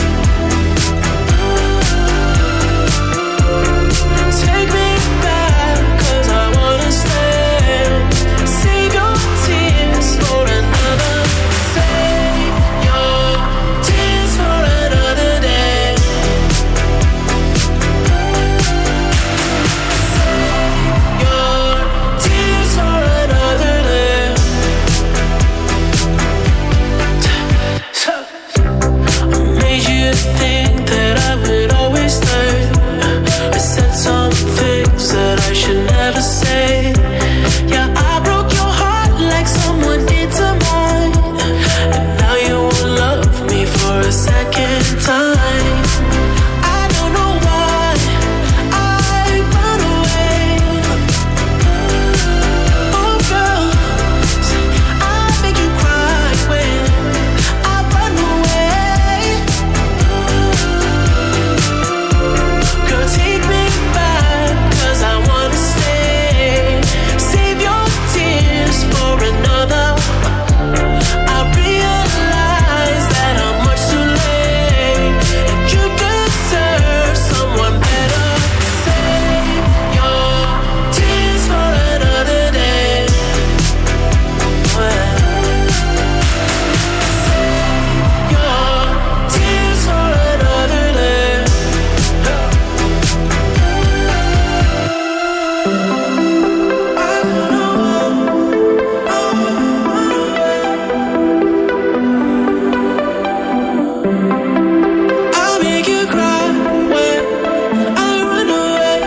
Take me back, cause I wanna stay. Save your tears for another. Save your tears for another day. Save your tears for another day. I made you think that I would always stay. I said some things that I should never say. Yeah, I broke your heart like someone did to mine, and now you won't love me for a second time. I don't know why I run away. Oh girl, I make you cry when I run away. Girl, take me back, cause I wanna stay. Save your tears for another. I realize that I'm much too late, and you deserve someone better. Save your tears for another day. Save your tears for another day. I'll make you cry when I run away.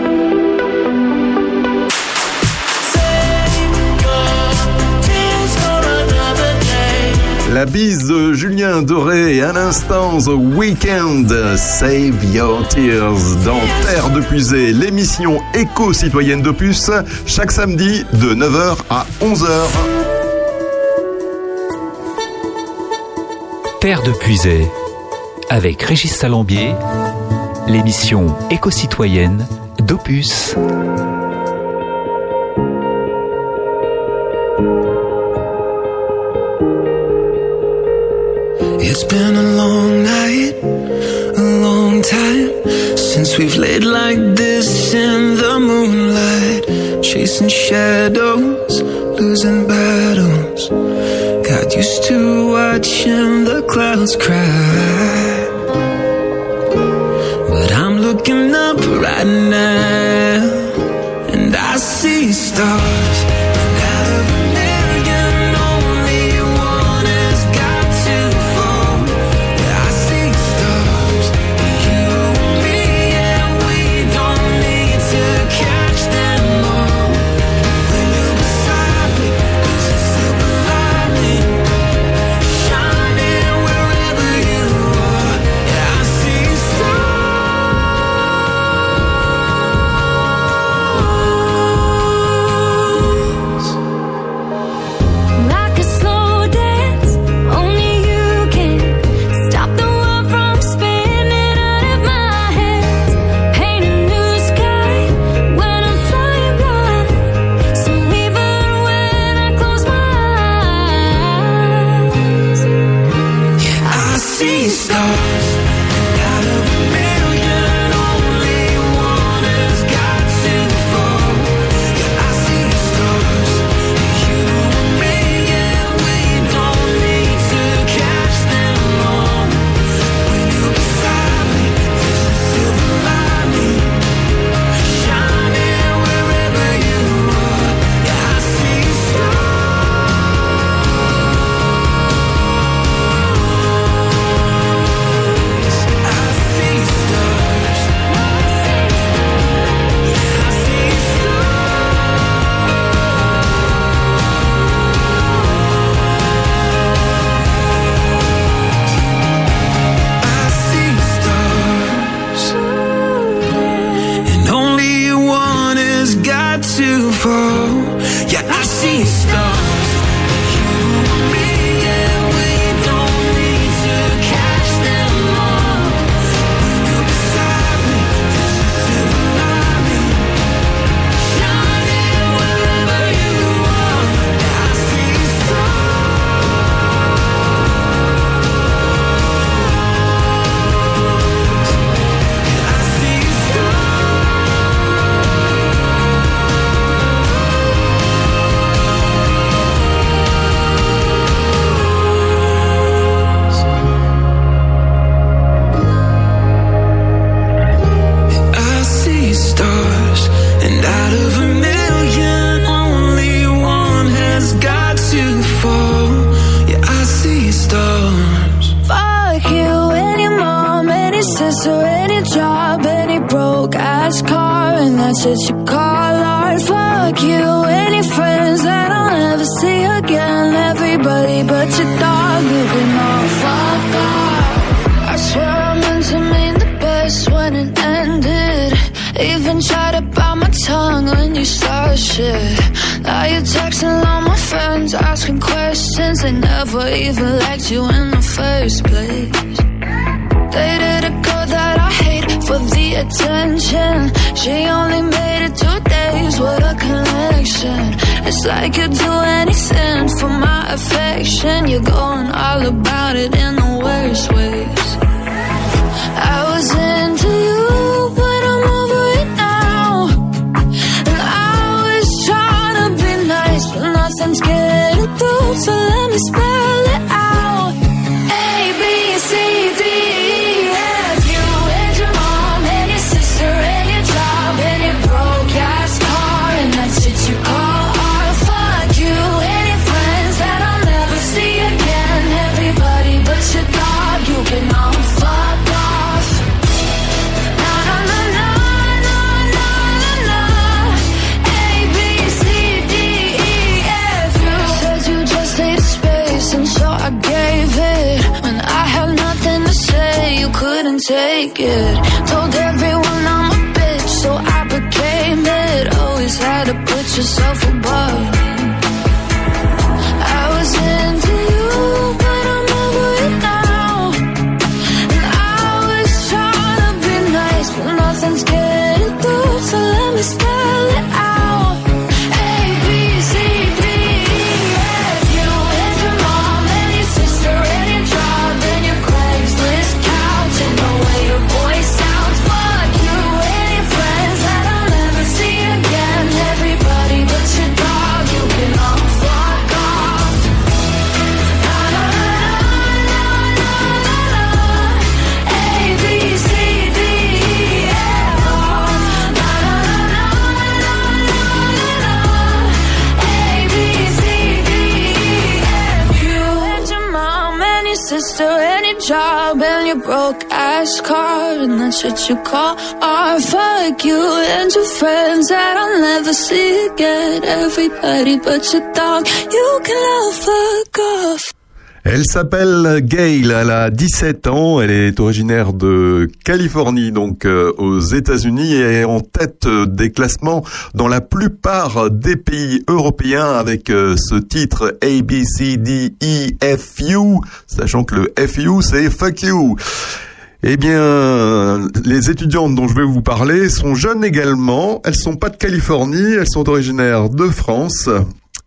Save your tears for another day. La bise de Julien Doré et à l'instant The Weeknd, Save Your Tears dans Terre de Puisée, l'émission éco-citoyenne d'Opus, chaque samedi de neuf heures à onze heures. Terre de Puisée, avec Régis Salambier, l'émission éco-citoyenne d'Opus. It's been a long night, a long time since we've laid like this in the moonlight, chasing shadows, losing battles. Got used to watching the clouds cry, but I'm looking up right now, and I see stars. And out of a million, only one has got to fall. Yeah, I see stars, you and me, and we don't need to catch them all. When you're beside me, there's a silver lining shining where stars, and out of a million, only one has got to fall. Yeah, I see stars, you and me, yeah, we don't need to catch them all. When you're beside me, there's a silver lining, shining wherever you are. Yeah, I see to fall. Yeah, I see stars. You and me, yeah, we don't need to catch them all. When you're beside me, there's a silver lining, shining wherever you are. Yeah, I see stars. Yeah, I see stars. Stars, and out of a million, only one has got to fall. Yeah, I see stars. Fuck you and your mom and your sister and your job and your broke ass car, and that's what you call art. Fuck you and your friends that I'll never see again. Everybody but your dog, you can all fuck off. I swear I meant to mean the best when it ended. Even tried to bite my tongue when you started shit. Now you're texting all my friends, asking questions. They never even liked you in the first place. Dated a girl that I hate for the attention. She only made it two days with a connection. It's like you'd do anything for my affection. You're going all about it in the worst ways. I was into you, but I'm over it now. And I was trying to be nice, but nothing's getting through, so let me spell it out. A, B, C, D, E, F, you and your mom and your sister and your job and your broke ass car, and that's what you call art. Fuck you and your friends that I'll never see again. Everybody but your dog, you can all fuck off. Na na na na na na na na. A, B, C, D, E, F, you said you just needed space, and so I gave it. When I had nothing to say, you couldn't take it. Told everyone I'm a bitch, so I became it. Always had to put yourself above me. I was into you, but I'm over it now. And I was trying to be nice, but nothing's getting through, so let me spell it out. A, B, C, D, E, F, you and your mom and your sister and your job and your Craigslist couch and the way your voice sounds. Fuck you and your friends that I'll never see again. Everybody but your dog, you can all fuck off. Na na na na na na na. A, B, C, D, E, F, off. Na na na na na na na. A, B, C, D, E, F, you and your mom and your sister and your job and your broke ass car, and that's what you call art. Fuck you and your friends that I'll never see again. Everybody but your dog, you can all fuck off. Elle s'appelle Gail, elle a dix-sept ans, elle est originaire de Californie, donc euh, aux États-Unis, et est en tête euh, des classements dans la plupart des pays européens avec euh, ce titre A, B, C, D, E, F, U, sachant que le F U c'est fuck you. Eh bien, les étudiantes dont je vais vous parler sont jeunes également, elles sont pas de Californie, elles sont originaires de France.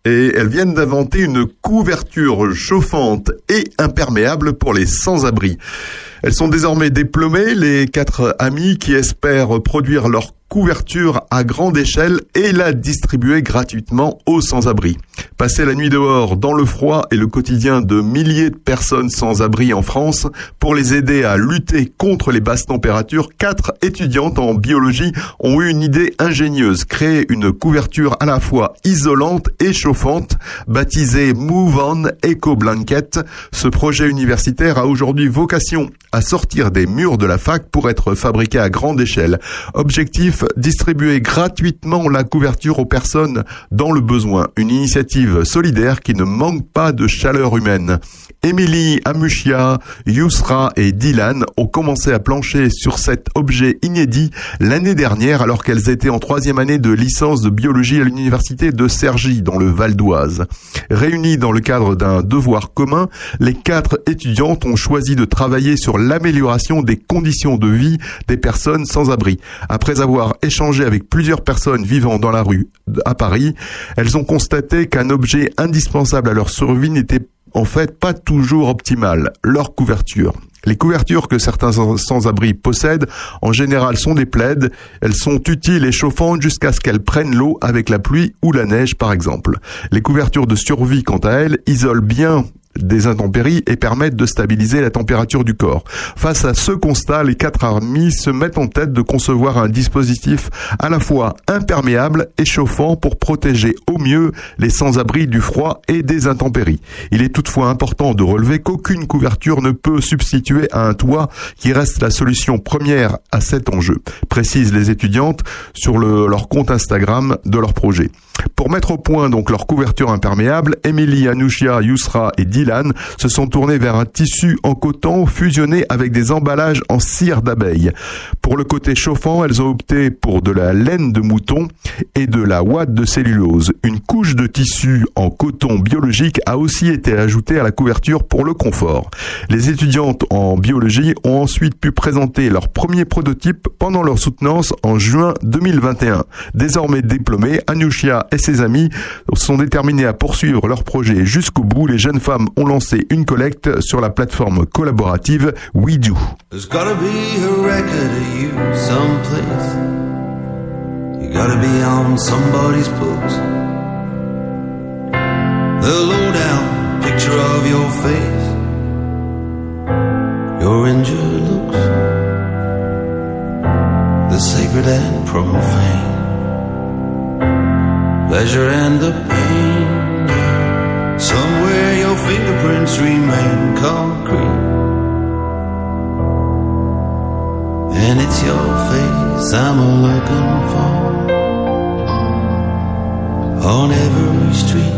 et elles viennent d'inventer une couverture chauffante et imperméable pour les sans-abri. Elles sont désormais diplômées, les quatre amies qui espèrent produire leur couverture à grande échelle et la distribuer gratuitement aux sans-abri. Passer la nuit dehors dans le froid est le quotidien de milliers de personnes sans-abri en France. Pour les aider à lutter contre les basses températures, quatre étudiantes en biologie ont eu une idée ingénieuse, créer une couverture à la fois isolante et chauffante, baptisée Move On Eco Blanket. Ce projet universitaire a aujourd'hui vocation à sortir des murs de la fac pour être fabriqué à grande échelle. Objectif, distribuer gratuitement la couverture aux personnes dans le besoin. Une initiative solidaire qui ne manque pas de chaleur humaine. Émilie, Amushia, Yousra et Dylan ont commencé à plancher sur cet objet inédit l'année dernière alors qu'elles étaient en troisième année de licence de biologie à l'université de Cergy dans le Val d'Oise. Réunies dans le cadre d'un devoir commun, les quatre étudiantes ont choisi de travailler sur l'amélioration des conditions de vie des personnes sans abri. Après avoir échangé avec plusieurs personnes vivant dans la rue à Paris, elles ont constaté qu'un objet indispensable à leur survie n'était en fait pas toujours optimal, leur couverture. Les couvertures que certains sans-abri possèdent, en général, sont des plaids. Elles sont utiles et chauffantes jusqu'à ce qu'elles prennent l'eau avec la pluie ou la neige, par exemple. Les couvertures de survie, quant à elles, isolent bien des intempéries et permettent de stabiliser la température du corps. Face à ce constat, les quatre amies se mettent en tête de concevoir un dispositif à la fois imperméable et chauffant pour protéger au mieux les sans-abri du froid et des intempéries. Il est toutefois important de relever qu'aucune couverture ne peut substituer à un toit qui reste la solution première à cet enjeu, précisent les étudiantes sur le, leur compte Instagram de leur projet. Pour mettre au point donc leur couverture imperméable, Émilie, Anushia, Yousra et Dylan se sont tournés vers un tissu en coton fusionné avec des emballages en cire d'abeille. Pour le côté chauffant, elles ont opté pour de la laine de mouton et de la ouate de cellulose. Une couche de tissu en coton biologique a aussi été ajoutée à la couverture pour le confort. Les étudiantes en biologie ont ensuite pu présenter leur premier prototype pendant leur soutenance en juin deux mille vingt et un. Désormais diplômées, Anushia et ses amis sont déterminés à poursuivre leur projet jusqu'au bout. Les jeunes femmes ont lancé une collecte sur la plateforme collaborative WeDo. There's gotta be a record of you someplace. You gotta be on somebody's books. The lowdown picture of your face, your injured looks, the sacred and profane, pleasure and the pain. Somewhere your fingerprints remain concrete, and it's your face I'm looking for on every street.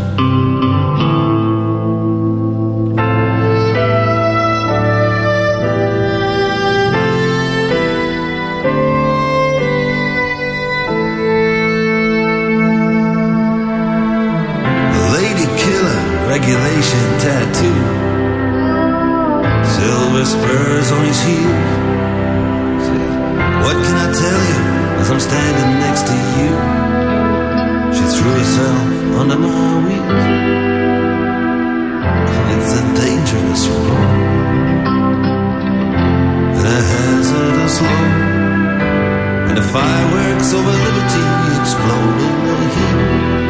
Regulation tattoo, silver spurs on his heels. What can I tell you as I'm standing next to you? She threw herself under my wheels. It's a dangerous road and a hazardous load, and the fireworks over liberty explode in the heat.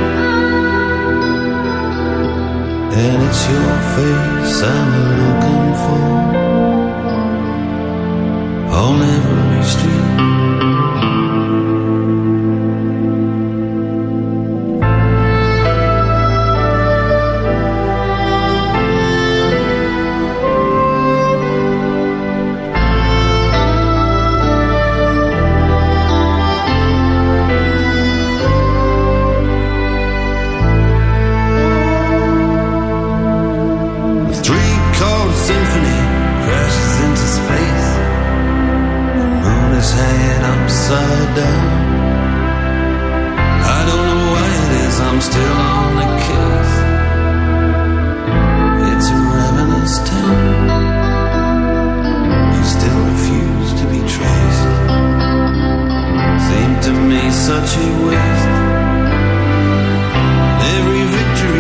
And it's your face I'm looking for on every street. Upside down, I don't know why it is I'm still on the case. It's a ravenous town. You still refuse to be traced. Seemed to me such a waste. Every victory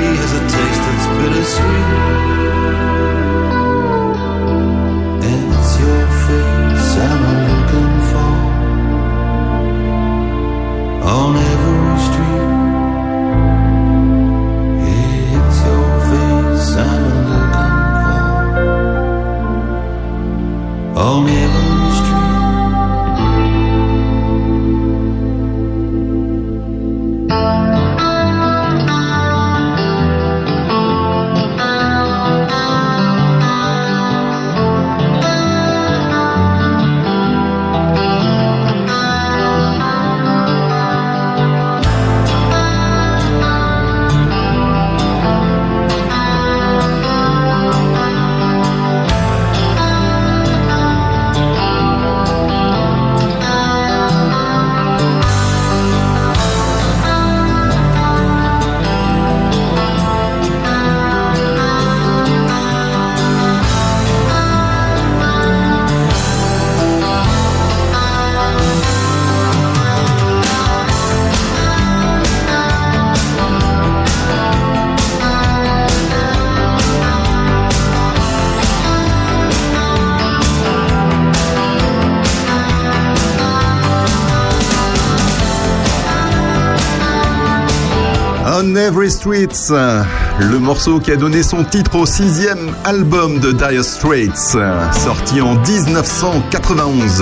On Every Street, le morceau qui a donné son titre au sixième album de Dire Straits, sorti en dix-neuf cent quatre-vingt-onze.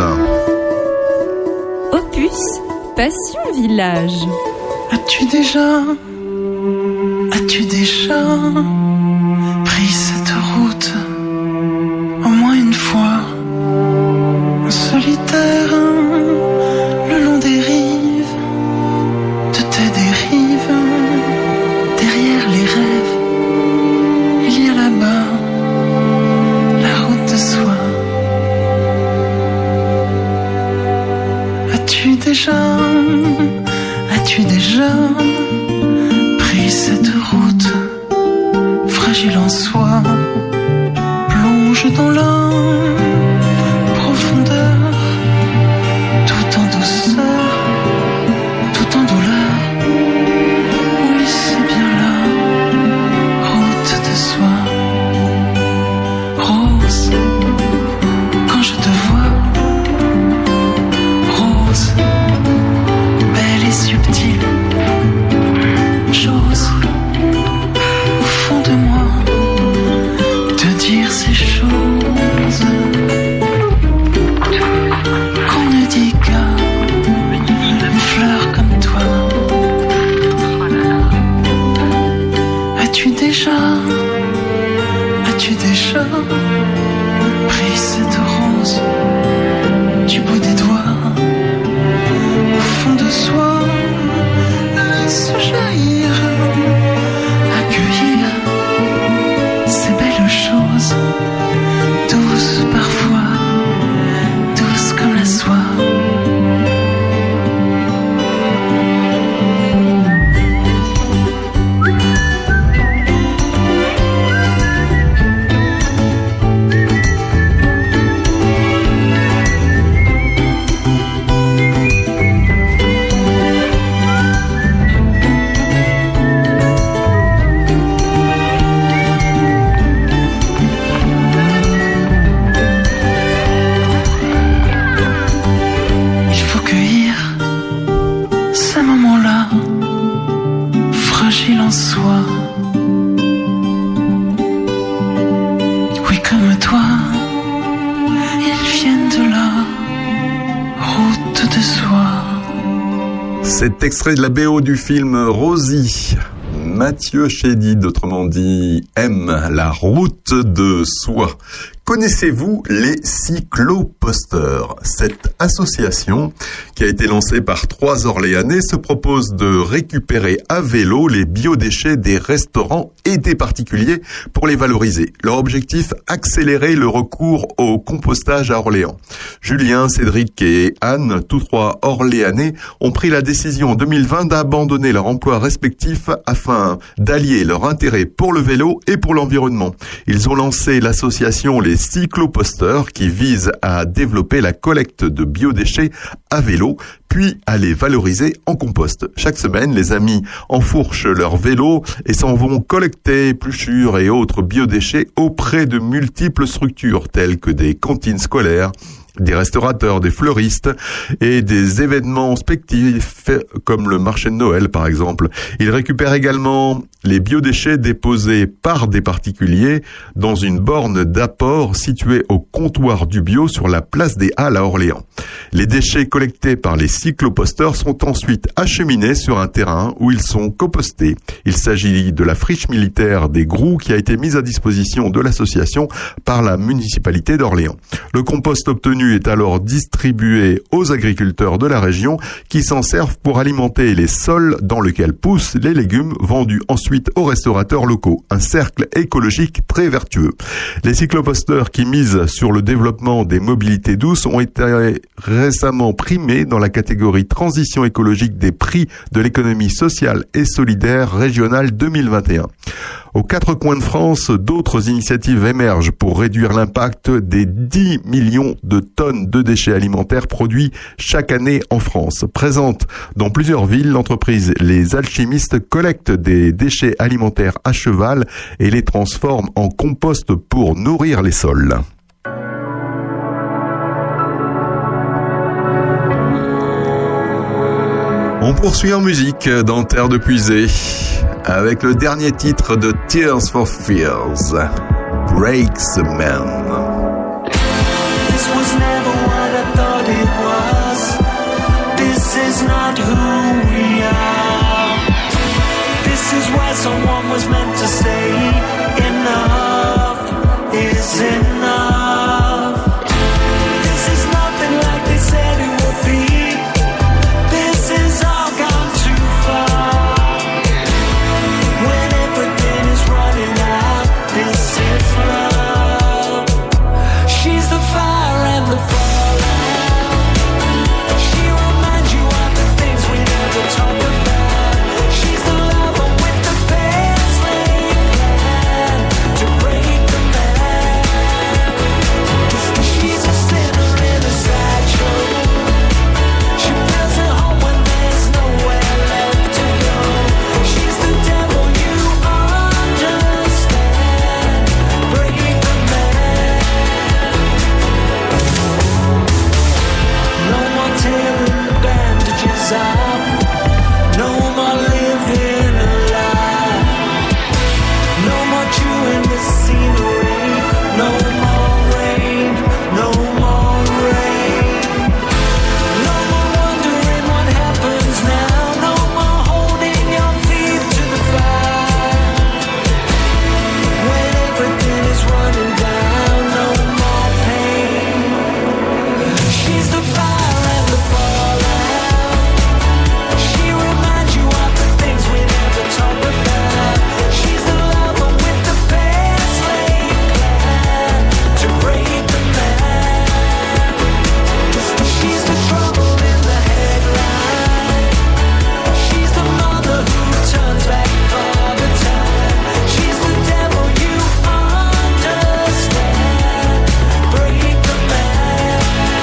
Opus Passion Village. As-tu déjà, as-tu déjà pris cette route au moins une fois, en solitaire, le long des rives, de tes dérives, derrière les rêves, il y a là-bas la route de soi. As-tu déjà, as-tu déjà pris cette route fragile en soi, plonge dans la profondeur, tout en douceur, tout en douleur. Oui, c'est bien la route de soi. Rose, quand je te vois, rose, belle et subtile, chose au fond de moi, te dire ces choses qu'on ne dit qu'à une fleur comme toi. As-tu déjà, as-tu déjà pris cette rose du bout des doigts, au fond de soi, laisse jaillir, accueillir ces belles choses, douces parfois, douces comme la soie. Il faut cueillir ces moments-là, fragiles en soi. Oui, comme toi, ils viennent de la route de soi. C'est extrait de la B O du film Rosie. Mathieu Chédid, autrement dit, aime la route de soi. Connaissez-vous les cycloposteurs? Cette association, qui a été lancée par trois Orléanais, se propose de récupérer à vélo les biodéchets des restaurants et des particuliers pour les valoriser. Leur objectif, accélérer le recours au compostage à Orléans. Julien, Cédric et Anne, tous trois Orléanais, ont pris la décision en deux mille vingt d'abandonner leur emploi respectif afin d'allier leur intérêt pour le vélo et pour l'environnement. Ils ont lancé l'association Les Cycloposteurs qui vise à développer la collecte de biodéchets à vélo, puis à les valoriser en compost. Chaque semaine, les amis enfourchent leur vélo et s'en vont collecter épluchures et autres biodéchets auprès de multiples structures telles que des cantines scolaires, des restaurateurs, des fleuristes et des événements spectifs comme le marché de Noël par exemple. Ils récupèrent également les biodéchets déposés par des particuliers dans une borne d'apport située au comptoir du bio sur la place des Halles à Orléans. Les déchets collectés par les cycloposteurs sont ensuite acheminés sur un terrain où ils sont compostés. Il s'agit de la friche militaire des Groux qui a été mise à disposition de l'association par la municipalité d'Orléans. Le compost obtenu est alors distribué aux agriculteurs de la région qui s'en servent pour alimenter les sols dans lesquels poussent les légumes vendus ensuite aux restaurateurs locaux. Un cercle écologique très vertueux. Les cycloposteurs qui misent sur le développement des mobilités douces ont été récemment primés dans la catégorie transition écologique des prix de l'économie sociale et solidaire régionale deux mille vingt et un. Aux quatre coins de France, d'autres initiatives émergent pour réduire l'impact des dix millions de tonnes de déchets alimentaires produits chaque année en France. Présente dans plusieurs villes, l'entreprise Les Alchimistes collecte des déchets alimentaires à cheval et les transforme en compost pour nourrir les sols. On poursuit en musique dans Terre de Puisée avec le dernier titre de Tears for Fears, Breaks the Man. This was never what I thought it was. This is not who we are. This is why someone was meant to say enough is enough. This is nothing like they said it would be. This is all gone too far. When everything is running out, this is love. She's the fire and the fallout. She reminds you of the things we never talk about. She's the lover with the best laid plan to break the man. She's a sinner in a sideshow. She feels at home when there's nowhere left to go. She's the devil, you understand. Break the man. No more tearing bandages off. No more living a lie. No more chewing the scenery. No more rain. No more rain. No more wondering what happens now. No more holding your feet to the fire. When everything is running down, no more pain. She's the fire and the fallout. She reminds you of the things we never talk about. She's the lover with the best laid plan to break the man. She's the trouble in the headline. She's the mother who turns back for the time. She's the devil, you understand. Break the man.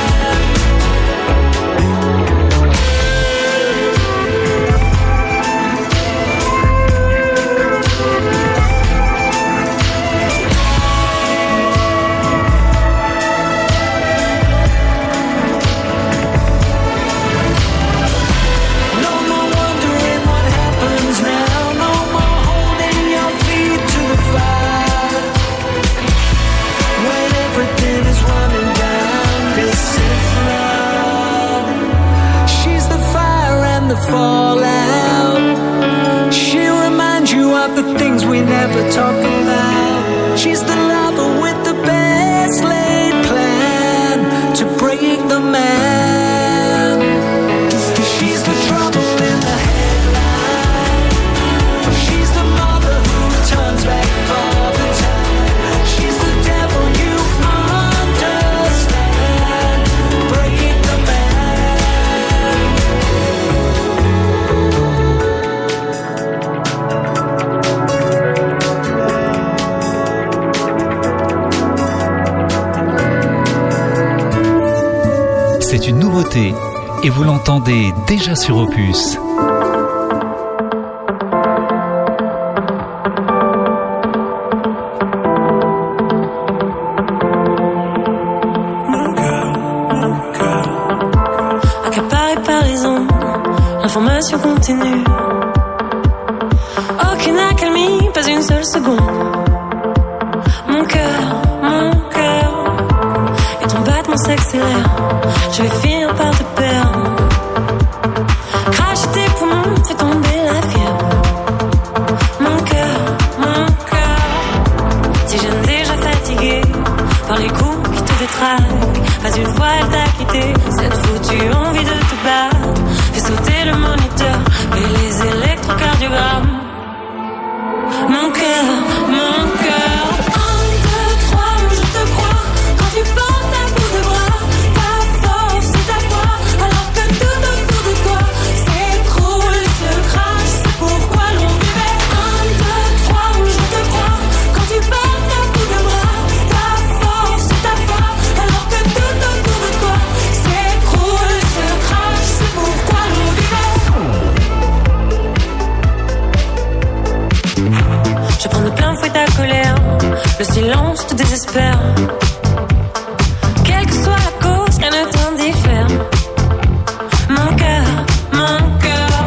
No more wondering what happens now. No more holding your feet to the fire. When everything is running down, this is love. She's the fire and the fallout. She reminds you of the things we never talk about. She's the lover with the best laid plan to break the man. She's the trouble in the headline. She's the mother who turns back for the time. She's the devil, you understand. Break the man. C'est une nouveauté et vous l'entendez déjà sur Opus. Accaparé par les ondes, l'information continue. Aucune accalmie, pas une seule seconde. Mon cœur, mon cœur, et ton battement s'accélère. Je vais finir par te perdre. Cracher tes poumons, fais tomber la fièvre. Mon cœur, mon cœur, si je ne déjà fatigué par les coups qui te détraquent. Pas une fois elle t'a quitté, cette foutue envie de te battre. Fais sauter le moniteur et les électrocardiogrammes. Mon cœur, mon cœur. Un, deux, trois, je te crois. Quand tu portes un bout de bras, ta force c'est ta foi. Alors que tout autour de toi s'écroule, se crache, c'est pourquoi l'on vivait. Un, deux, trois, je te crois. Quand tu portes un bout de bras, ta force c'est ta foi. Alors que tout autour de toi s'écroule, se crache, c'est pourquoi l'on vivait. Je prends de plein fouet ta colère, le silence te désespère. Quelle que soit la cause, rien ne t'indiffère. Mon cœur, mon cœur,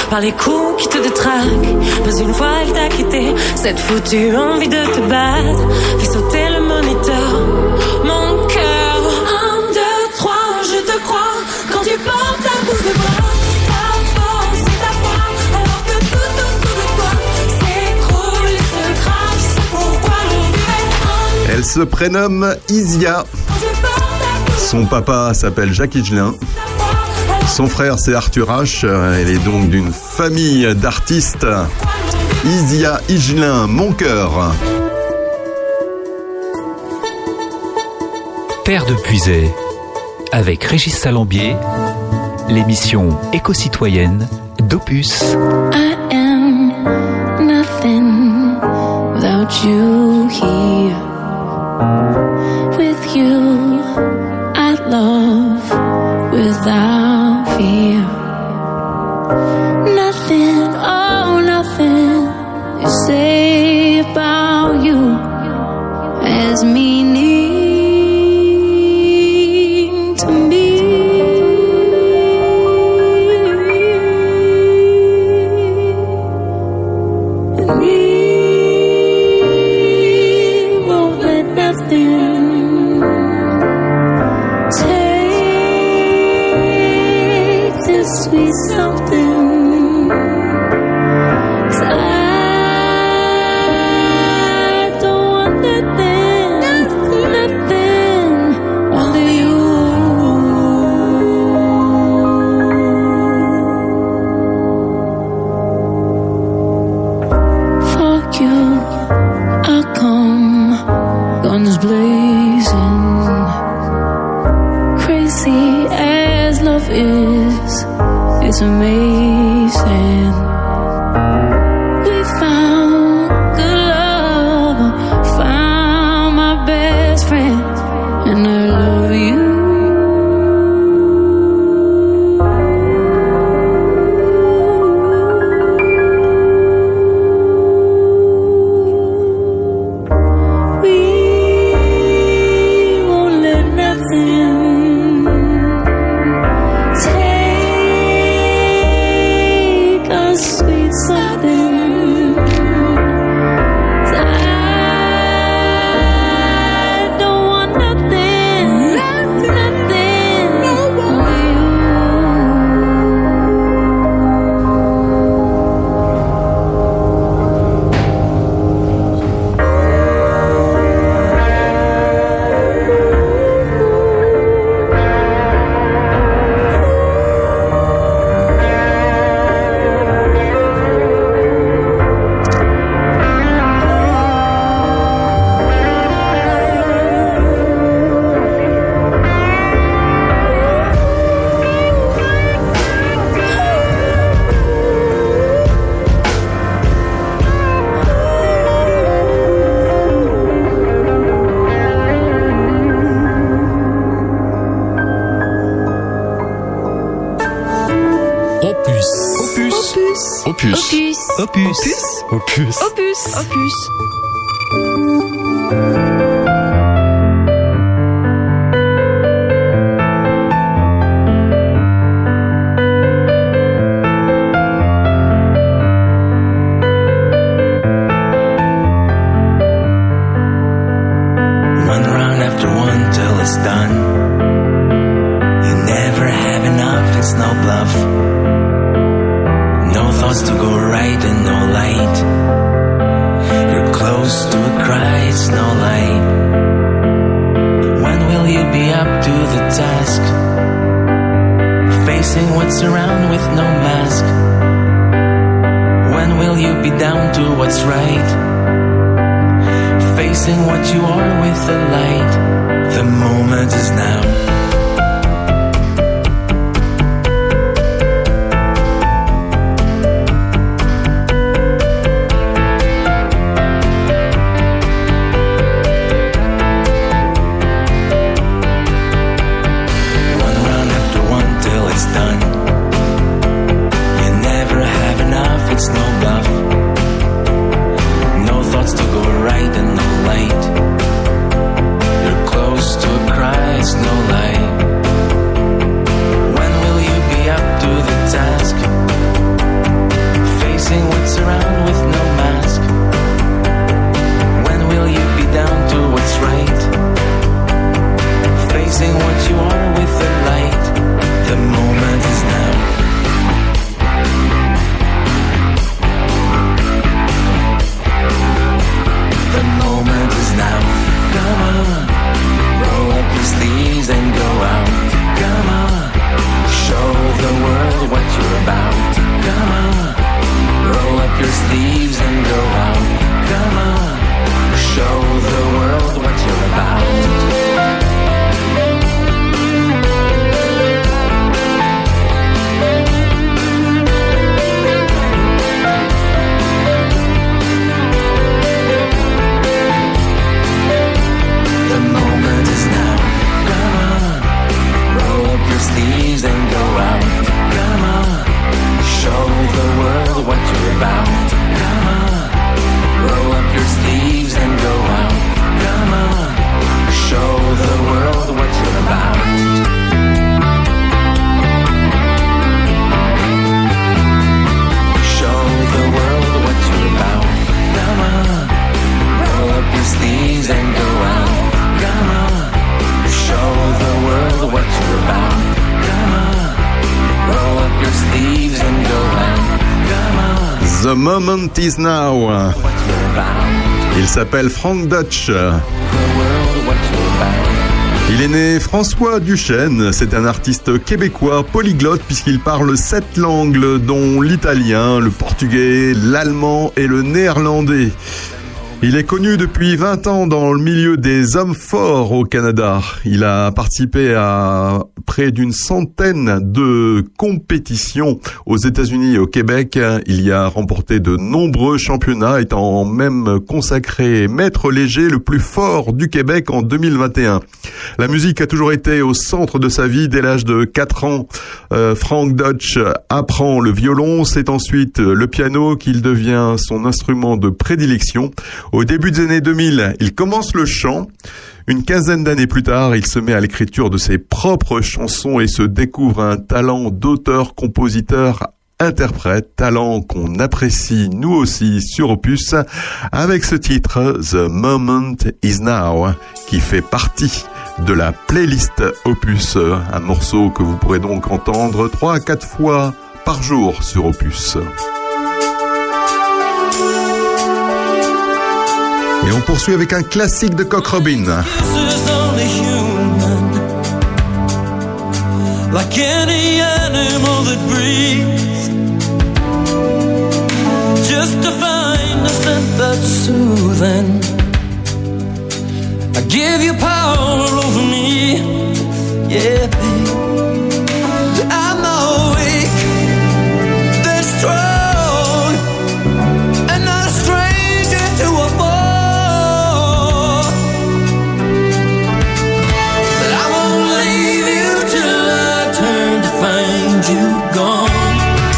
par les coups qui te détraquent. Pas une fois elle t'a quitté, cette foutue envie de te battre fait sauter le moniteur. Mon cœur, un, deux, trois, je te crois quand tu portes à bout de bras ta force et ta foi, alors que tout autour de toi s'écroule et se crache. C'est pourquoi l'on vivait. Elle se prénomme Isia. Son papa s'appelle Jacques Higelin. Son frère c'est Arthur H. Elle est donc d'une famille d'artistes. Isia Higelin, Mon cœur. Terre de Puisay, avec Régis Salambier, l'émission éco-citoyenne d'Opus. I am nothing without you here. With you, I love without fear. Nothing, oh nothing you say about you has meaning to me. And we won't let nothing take this sweet something. 'Cause I don't want nothing, nothing, only you. For you, I'll come, guns blazing. Crazy as love is, it's amazing. We found good love, found my best friend, and I love you. We won't let nothing take us sweet something. 'Cause I don't want nothing, nothing, only you. Opus. Opus. Opus. Opus. Opus. Opus. Opus. Opus. One round after one till it's done. You never have enough, it's no bluff. No thoughts to go right and no light. You're close to a cry, it's no light. When will you be up to the task? Facing what's around with no mask. When will you be down to what's right? Facing what you are with the light. The moment is now. One round after one till it's done. You never have enough, it's no bluff. No thoughts to go right and no light. You're close to a cry, it's no light. The Moment Is Now. Il s'appelle Frank Dutch. Il est né François Duchesne, c'est un artiste québécois polyglotte puisqu'il parle sept langues dont l'italien, le portugais, l'allemand et le néerlandais. Il est connu depuis vingt ans dans le milieu des hommes forts au Canada. Il a participé à près d'une centaine de compétitions aux États-Unis et au Québec. Il y a remporté de nombreux championnats, étant même consacré maître léger le plus fort du Québec en deux mille vingt et un. La musique a toujours été au centre de sa vie dès l'âge de quatre ans. Euh, Frank Dutch apprend le violon, c'est ensuite le piano qu'il devient son instrument de prédilection. Au début des années deux mille, il commence le chant. Une quinzaine d'années plus tard, il se met à l'écriture de ses propres chansons et se découvre un talent d'auteur-compositeur interprète, talent qu'on apprécie nous aussi sur Opus, avec ce titre The Moment Is Now, qui fait partie de la playlist Opus, un morceau que vous pourrez donc entendre trois à quatre fois par jour sur Opus. Et on poursuit avec un classique de Cock Robin. Like any animal that breathes, just to find a scent that's soothing. I give you power over me, yeah, babe. I'm not weak, they're strong, and not a stranger to a fall. But I won't leave you till I turn to find you gone.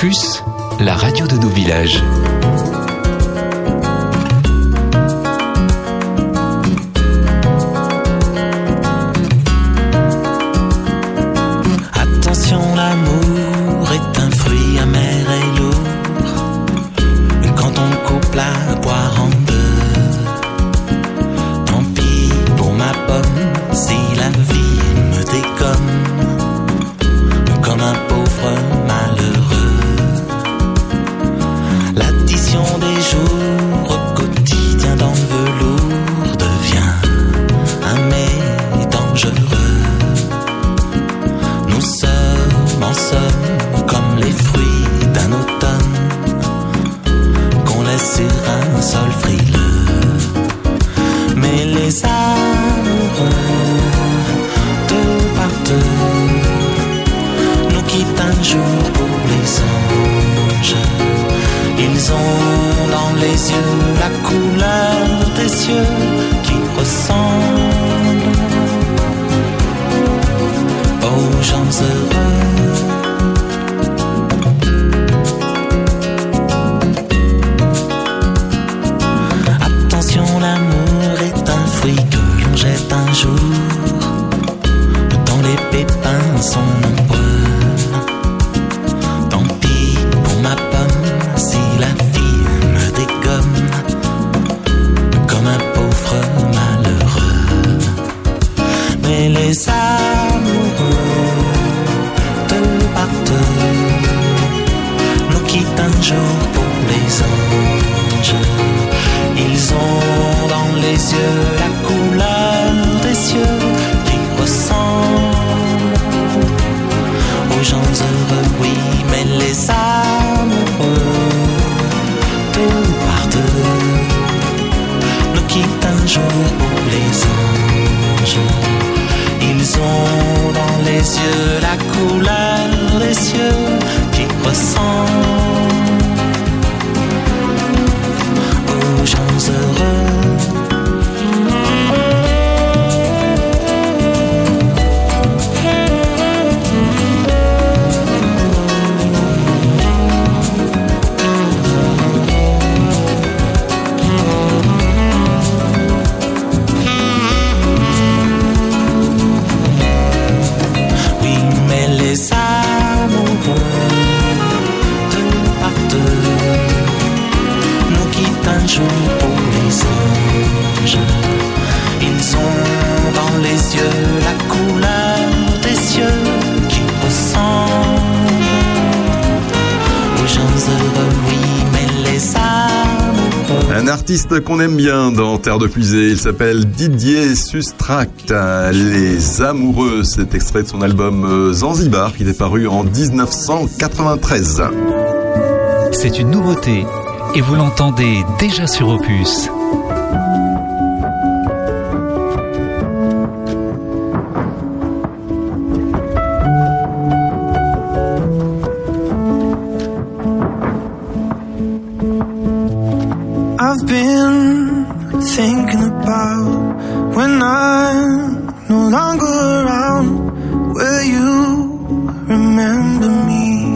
Opus, la radio de nos villages. Attention, l'amour est un fruit amer et lourd. Quand on coupe la poire en deux, tant pis pour ma pomme si la vie me dégomme comme un pauvre malheureux. L'addition des jours au quotidien dans le velours devient un mais dangereux. Nous sommes en somme comme les fruits d'un automne qu'on laisse sur un sol frileux. Mais les amoureux de par deux nous quittent un jour pour les anges. Ils ont dans les yeux la couleur des cieux qui ressemblent aux gens heureux. Attention, l'amour est un fruit que l'on jette un jour, dont les pépins sont nombreux. Tant pis pour ma pomme si la vie me dégomme comme un pauvre malheureux. Mais les amoureux de par deux nous quittent un jour pour les anges. Ils ont dans les yeux la couleur des cieux qui ressemblent aux gens heureux, oui. Mais les amoureux de par deux nous quittent un jour pour les anges. Ils ont dans les yeux la couleur des cieux qui ressemblent aux gens heureux. Oui, mais les amoureux de par deux nous quittent un jour pour les anges. Ils ont dans les yeux la couleur des cieux qui ressemblent aux gens heureux, oui, mais les amoureux. Un artiste qu'on aime bien dans Terre de Puisée, il s'appelle Didier Sustract. Les Amoureux, c'est extrait de son album Zanzibar qui est paru en dix-neuf cent quatre-vingt-treize. C'est une nouveauté et vous l'entendez déjà sur Opus. I've been thinking about when I'm no longer around. Will you remember me?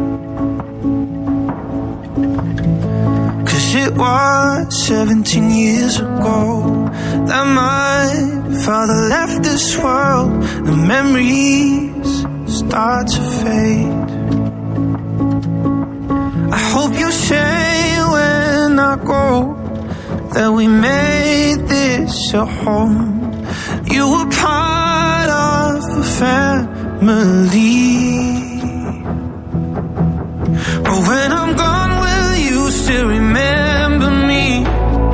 'Cause it was seventeen years ago that my father left this world. The memories start to fade. I hope you say when I go that we made this a home. You were part of a family. But when I'm gone, will you still remember me?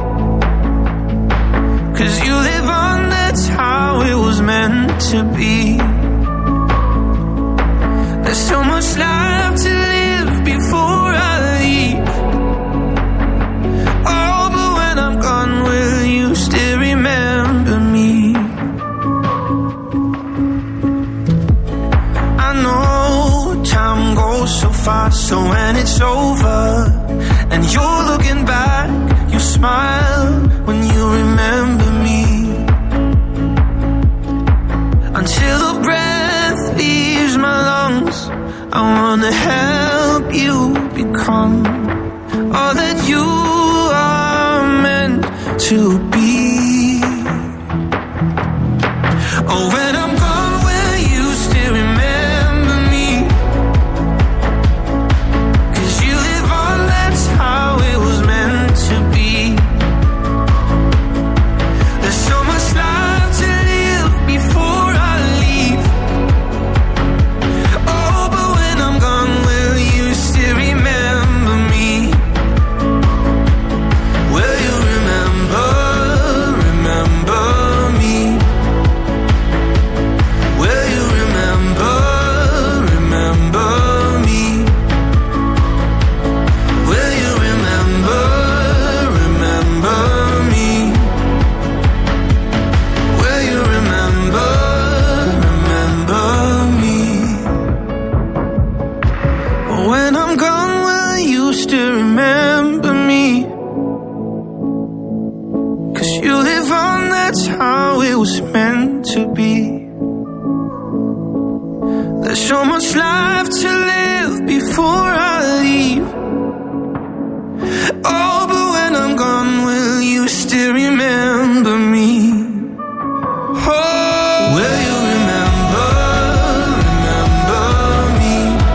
'Cause you live on, that's how it was meant to be. There's so much life to live before I leave. Oh, but when I'm gone, will you still remember me? I know time goes so fast, so when it's over and you're looking back, you smile when you remember me. Until the breath leaves my lungs, I wanna help you to be. Oh, when I'm gone, will you still remember me? 'Cause you live on, that's how it was meant to be. There's so much life to live before I leave. Oh, but when I'm gone, will you still remember me? Will you remember, remember me? Will you remember, remember me? Will you remember, remember me? Will you remember, remember me? When I'm gone, will you still remember me? 'Cause you live on, that's how it was meant to be. There's so much life to live before I leave. Oh, but when I'm gone, will you still remember me? Oh, will you remember, remember me?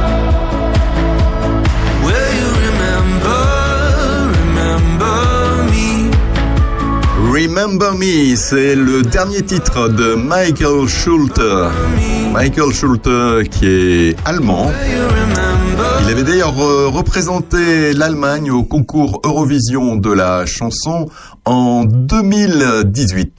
Will you remember, remember me? Remember Me, c'est le dernier titre de Michael Schulte. Michael Schulte qui est allemand. Il avait d'ailleurs euh, représenté l'Allemagne au concours Eurovision de la chanson en deux mille dix-huit.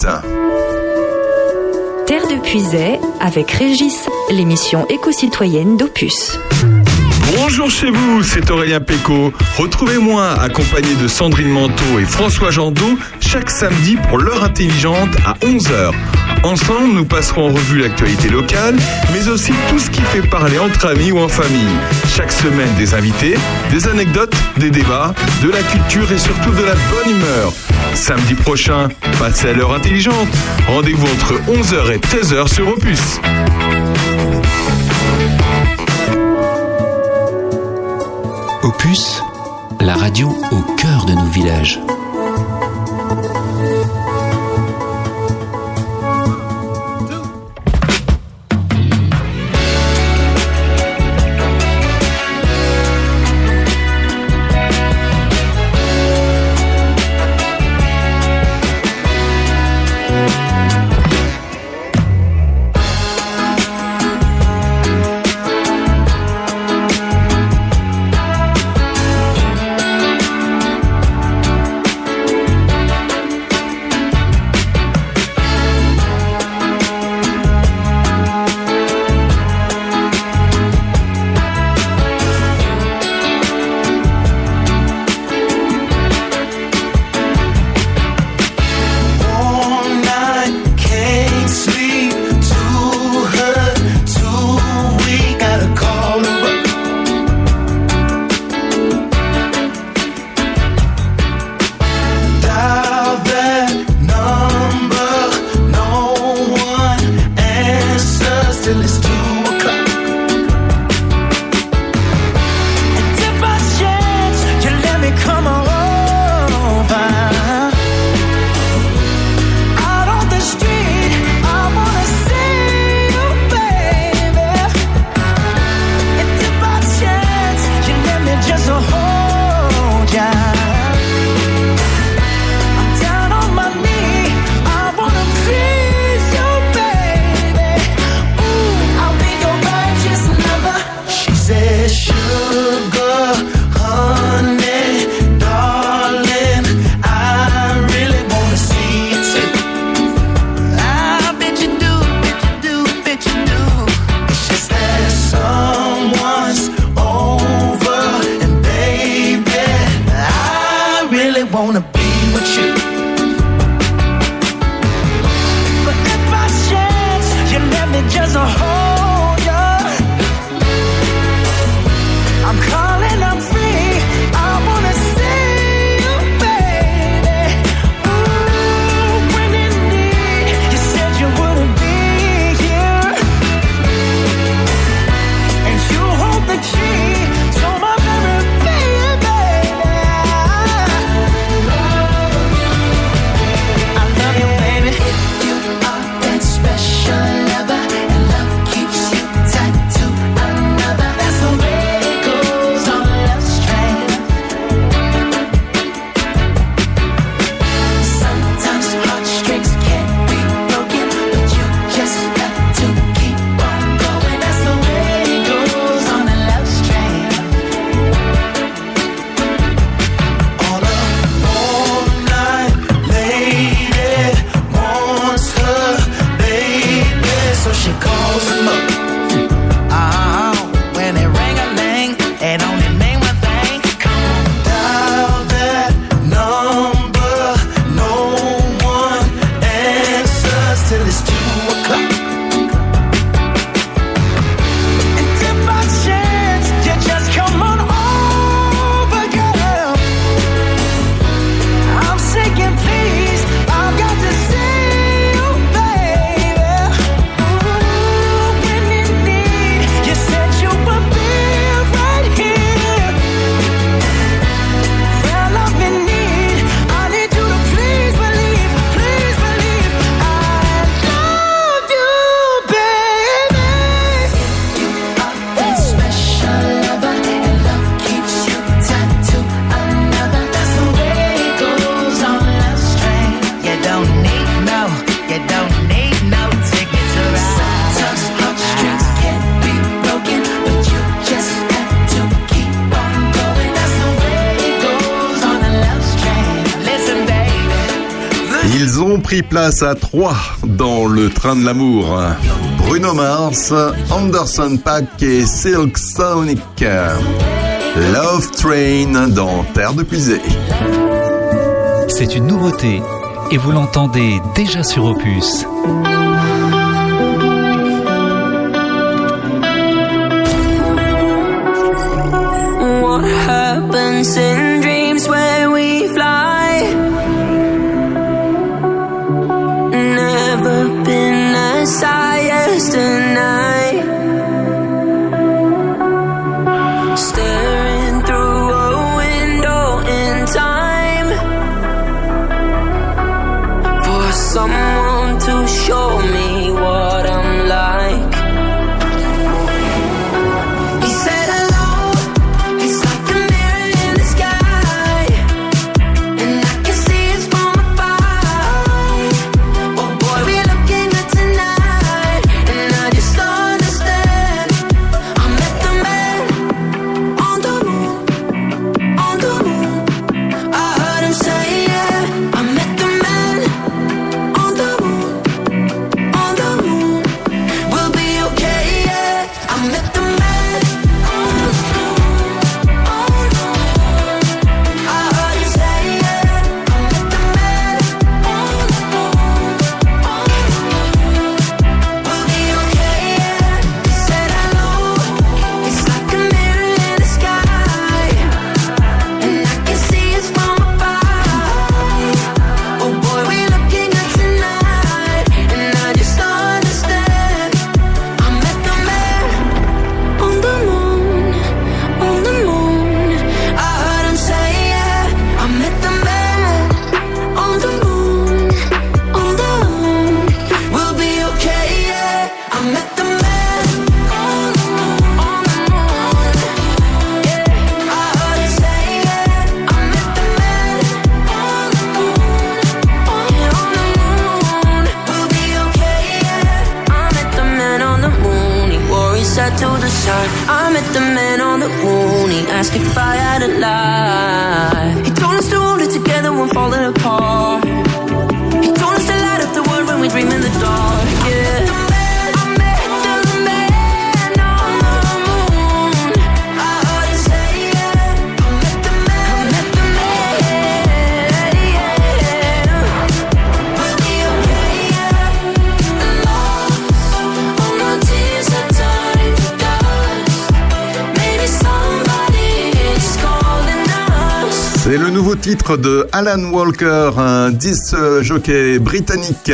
Terre de Puisay avec Régis, l'émission éco-citoyenne d'Opus. Bonjour chez vous, c'est Aurélien Péco. Retrouvez-moi accompagné de Sandrine Manteau et François Jandot chaque samedi pour l'heure intelligente à onze heures. Ensemble, nous passerons en revue l'actualité locale, mais aussi tout ce qui fait parler entre amis ou en famille. Chaque semaine, des invités, des anecdotes, des débats, de la culture et surtout de la bonne humeur. Samedi prochain, passez à l'heure intelligente. Rendez-vous entre onze heures et treize heures sur Opus. Opus, la radio au cœur de nos villages. Ils ont pris place à trois dans le train de l'amour. Bruno Mars, Anderson .Paak et Silk Sonic. Love Train dans Terre de Puisée. C'est une nouveauté et vous l'entendez déjà sur Opus. What happens in dreams where we fly? Never been as high as tonight. Staring through a window in time for someone to show me what I'm like. He said hello, it's like a mirror in the sky, and I can see it's from above. Oh boy, we're looking good tonight, and I just understand. I met the man on the moon, on the moon. I heard him say yeah. I met the man on the moon, on the moon. We'll be okay, yeah. I met the man on the moon, on the moon. I heard him say yeah. I met the man on the moon, on the moon. We'll be okay, yeah. He said hello, it's like a mirror in the sky, and I can see it's from above. Oh boy, we're looking good tonight, and I just understand. I met the man on the moon, on the moon. I heard him say yeah. I met the man on the moon, on the moon. We'll be okay, yeah. I met the man on the moon, on the moon. Yeah, I heard him say yeah. I met the man on the moon, on, on the moon. We'll be okay, yeah. I met the man on the moon. He wore his hat to the side. I met the man on the moon. He asked if I had a lie. He told us to hold it together when falling apart. He told us to light up the world when we dream in the dark. Yeah. I met the man on the moon. I heard him say yeah. I met the man. I met the man. Yeah. We'll be okay, yeah. Lost on the tears that turn to dust. Maybe somebody is calling us. C'est le nouveau titre de Alan Walker, un disc jockey britannique.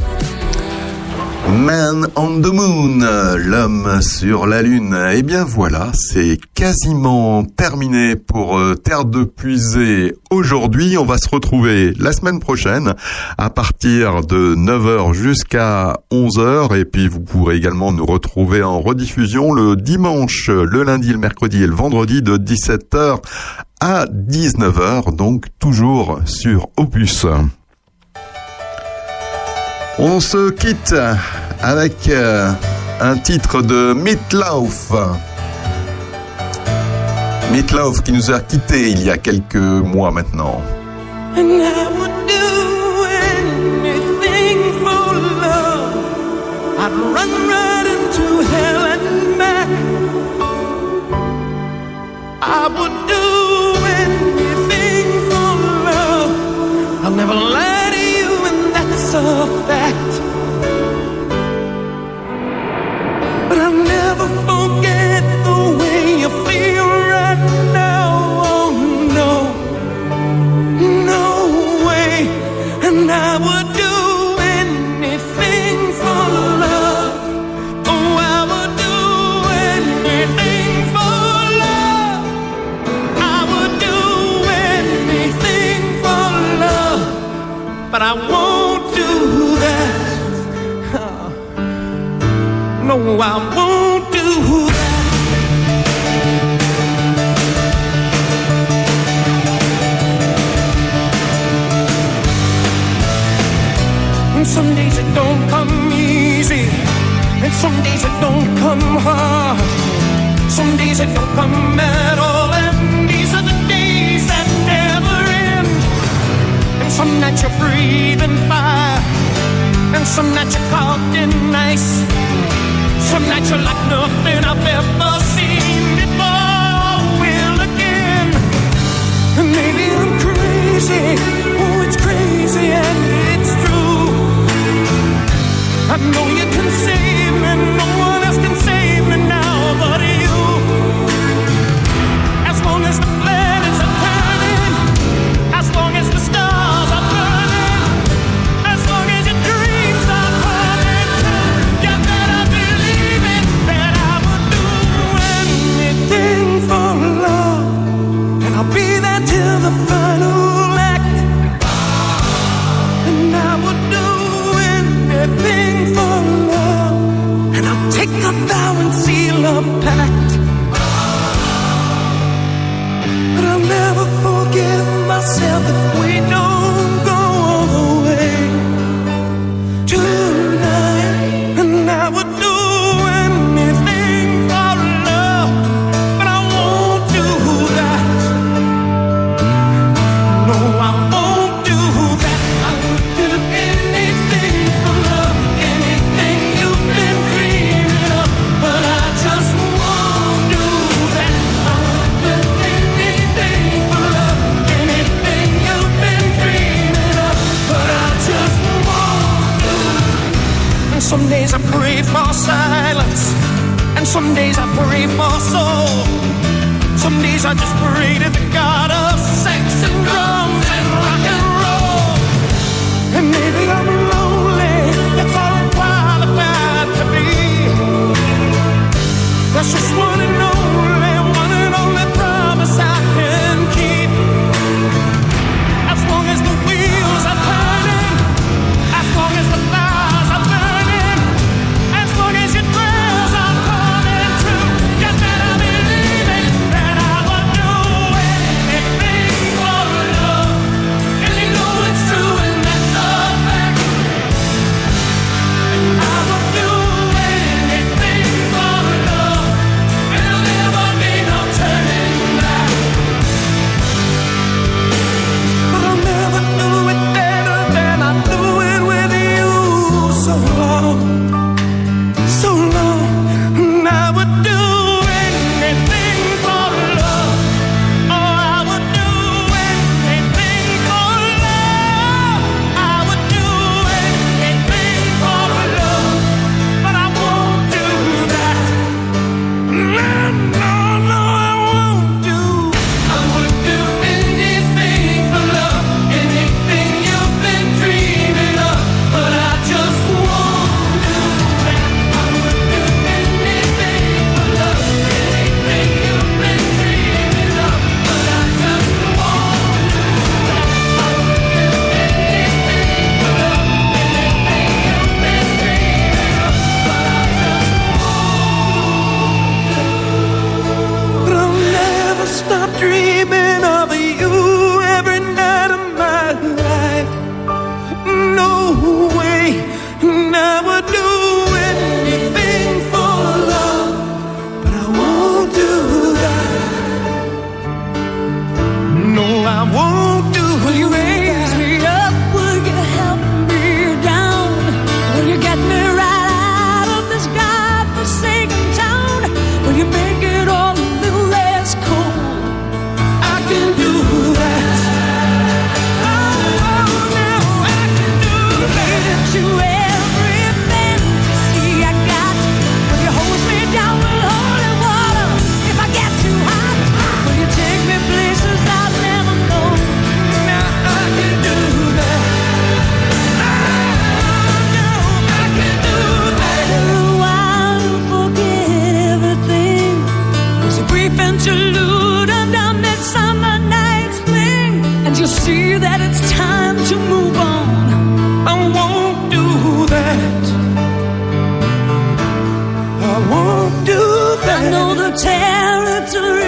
Man on the Moon, l'homme sur la lune. Et bien voilà, c'est quasiment terminé pour euh, Terre de Puisée aujourd'hui. On va se retrouver la semaine prochaine à partir de neuf heures jusqu'à onze heures. Et puis vous pourrez également nous retrouver en rediffusion le dimanche, le lundi, le mercredi et le vendredi de dix-sept heures à dix-neuf heures. Donc toujours sur Opus. On se quitte avec euh, un titre de Meatloaf. Meatloaf qui nous a quittés il y a quelques mois maintenant. And I would do anything for love. I'd run right into hell and back. I would do anything for love. I'll never lie to you, and that's a fact. But I'll never forget the way you feel right now. Oh no, no way. And I would do anything for love. Oh, I would do anything for love. I would do anything for love. But I won't do that. No, I won't do that. And some days it don't come easy, and some days it don't come hard. Some days it don't come at all, and these are the days that never end. And some Some nights you're breathing fire, and some nights you're caught in ice. Some nights you're like nothing I've ever seen before. Will again, and maybe I'm crazy. Oh, it's crazy and it's true. I know you can save me, no one else can save me now but you. As long as the planets are turning, as long as the stars are burning, as long as your dreams are coming true, you better believe it, that I would do anything for love, and I'll be there till the final act. And I would do anything for love, and I'll take a vow and seal a pact. But I'll never forgive myself if we don't go all the way tonight. And I would do anything for love, but I won't do that. No, I won't do that. I would do anything for love, anything you've been dreaming of, but I just won't do that. I would do anything for love, anything you've been dreaming of, but I just won't do. And some days I pray for silence, and some days I pray for soul. Some days I just pray to the God of sex and drums and rock and roll. And maybe I'm lonely, that's all I'm qualified to be. That's just one and only, one and only promise I can keep. As long as the wheels are turning, as long as the fires are burning, as long as your prayers are coming true, you better believe it, that I would do anything for love. And you know it's true, and that's a fact. I would do anything for love, and there'll never be no turning back. But I'll never do it better than I do it with you. So long, so long, and I would do anything for love. Oh, I would do anything for love. I would do anything for love, but I won't do that. No, no, no, I won't do. I would do anything for love, anything you've been dreaming of, but I just won't do that. I would do anything for love, anything you've been dreaming of, but I just won't do that. I would do anything for love, anything you've been dreaming of, but I just won't. But I'll never stop dreaming of you every night of my life. No way, and I would do anything for love, but I won't do that. No, I won't do. Will you raise me up? Will you help me down? Will you get me right out of this godforsaken town? Will you make it all a little less cold? I can do that. Oh, oh, no, I can do that. To every fantasy I got, will you hold me down with holy water if I get too hot? Will you take me places I've never known? Now I can do that. Oh, no, I can do that. Oh, I'll forget everything. It's a brief interlude of the Midsummer Night's thing, and you'll see that it's time to move on. I won't do that. I won't do that. I know the territory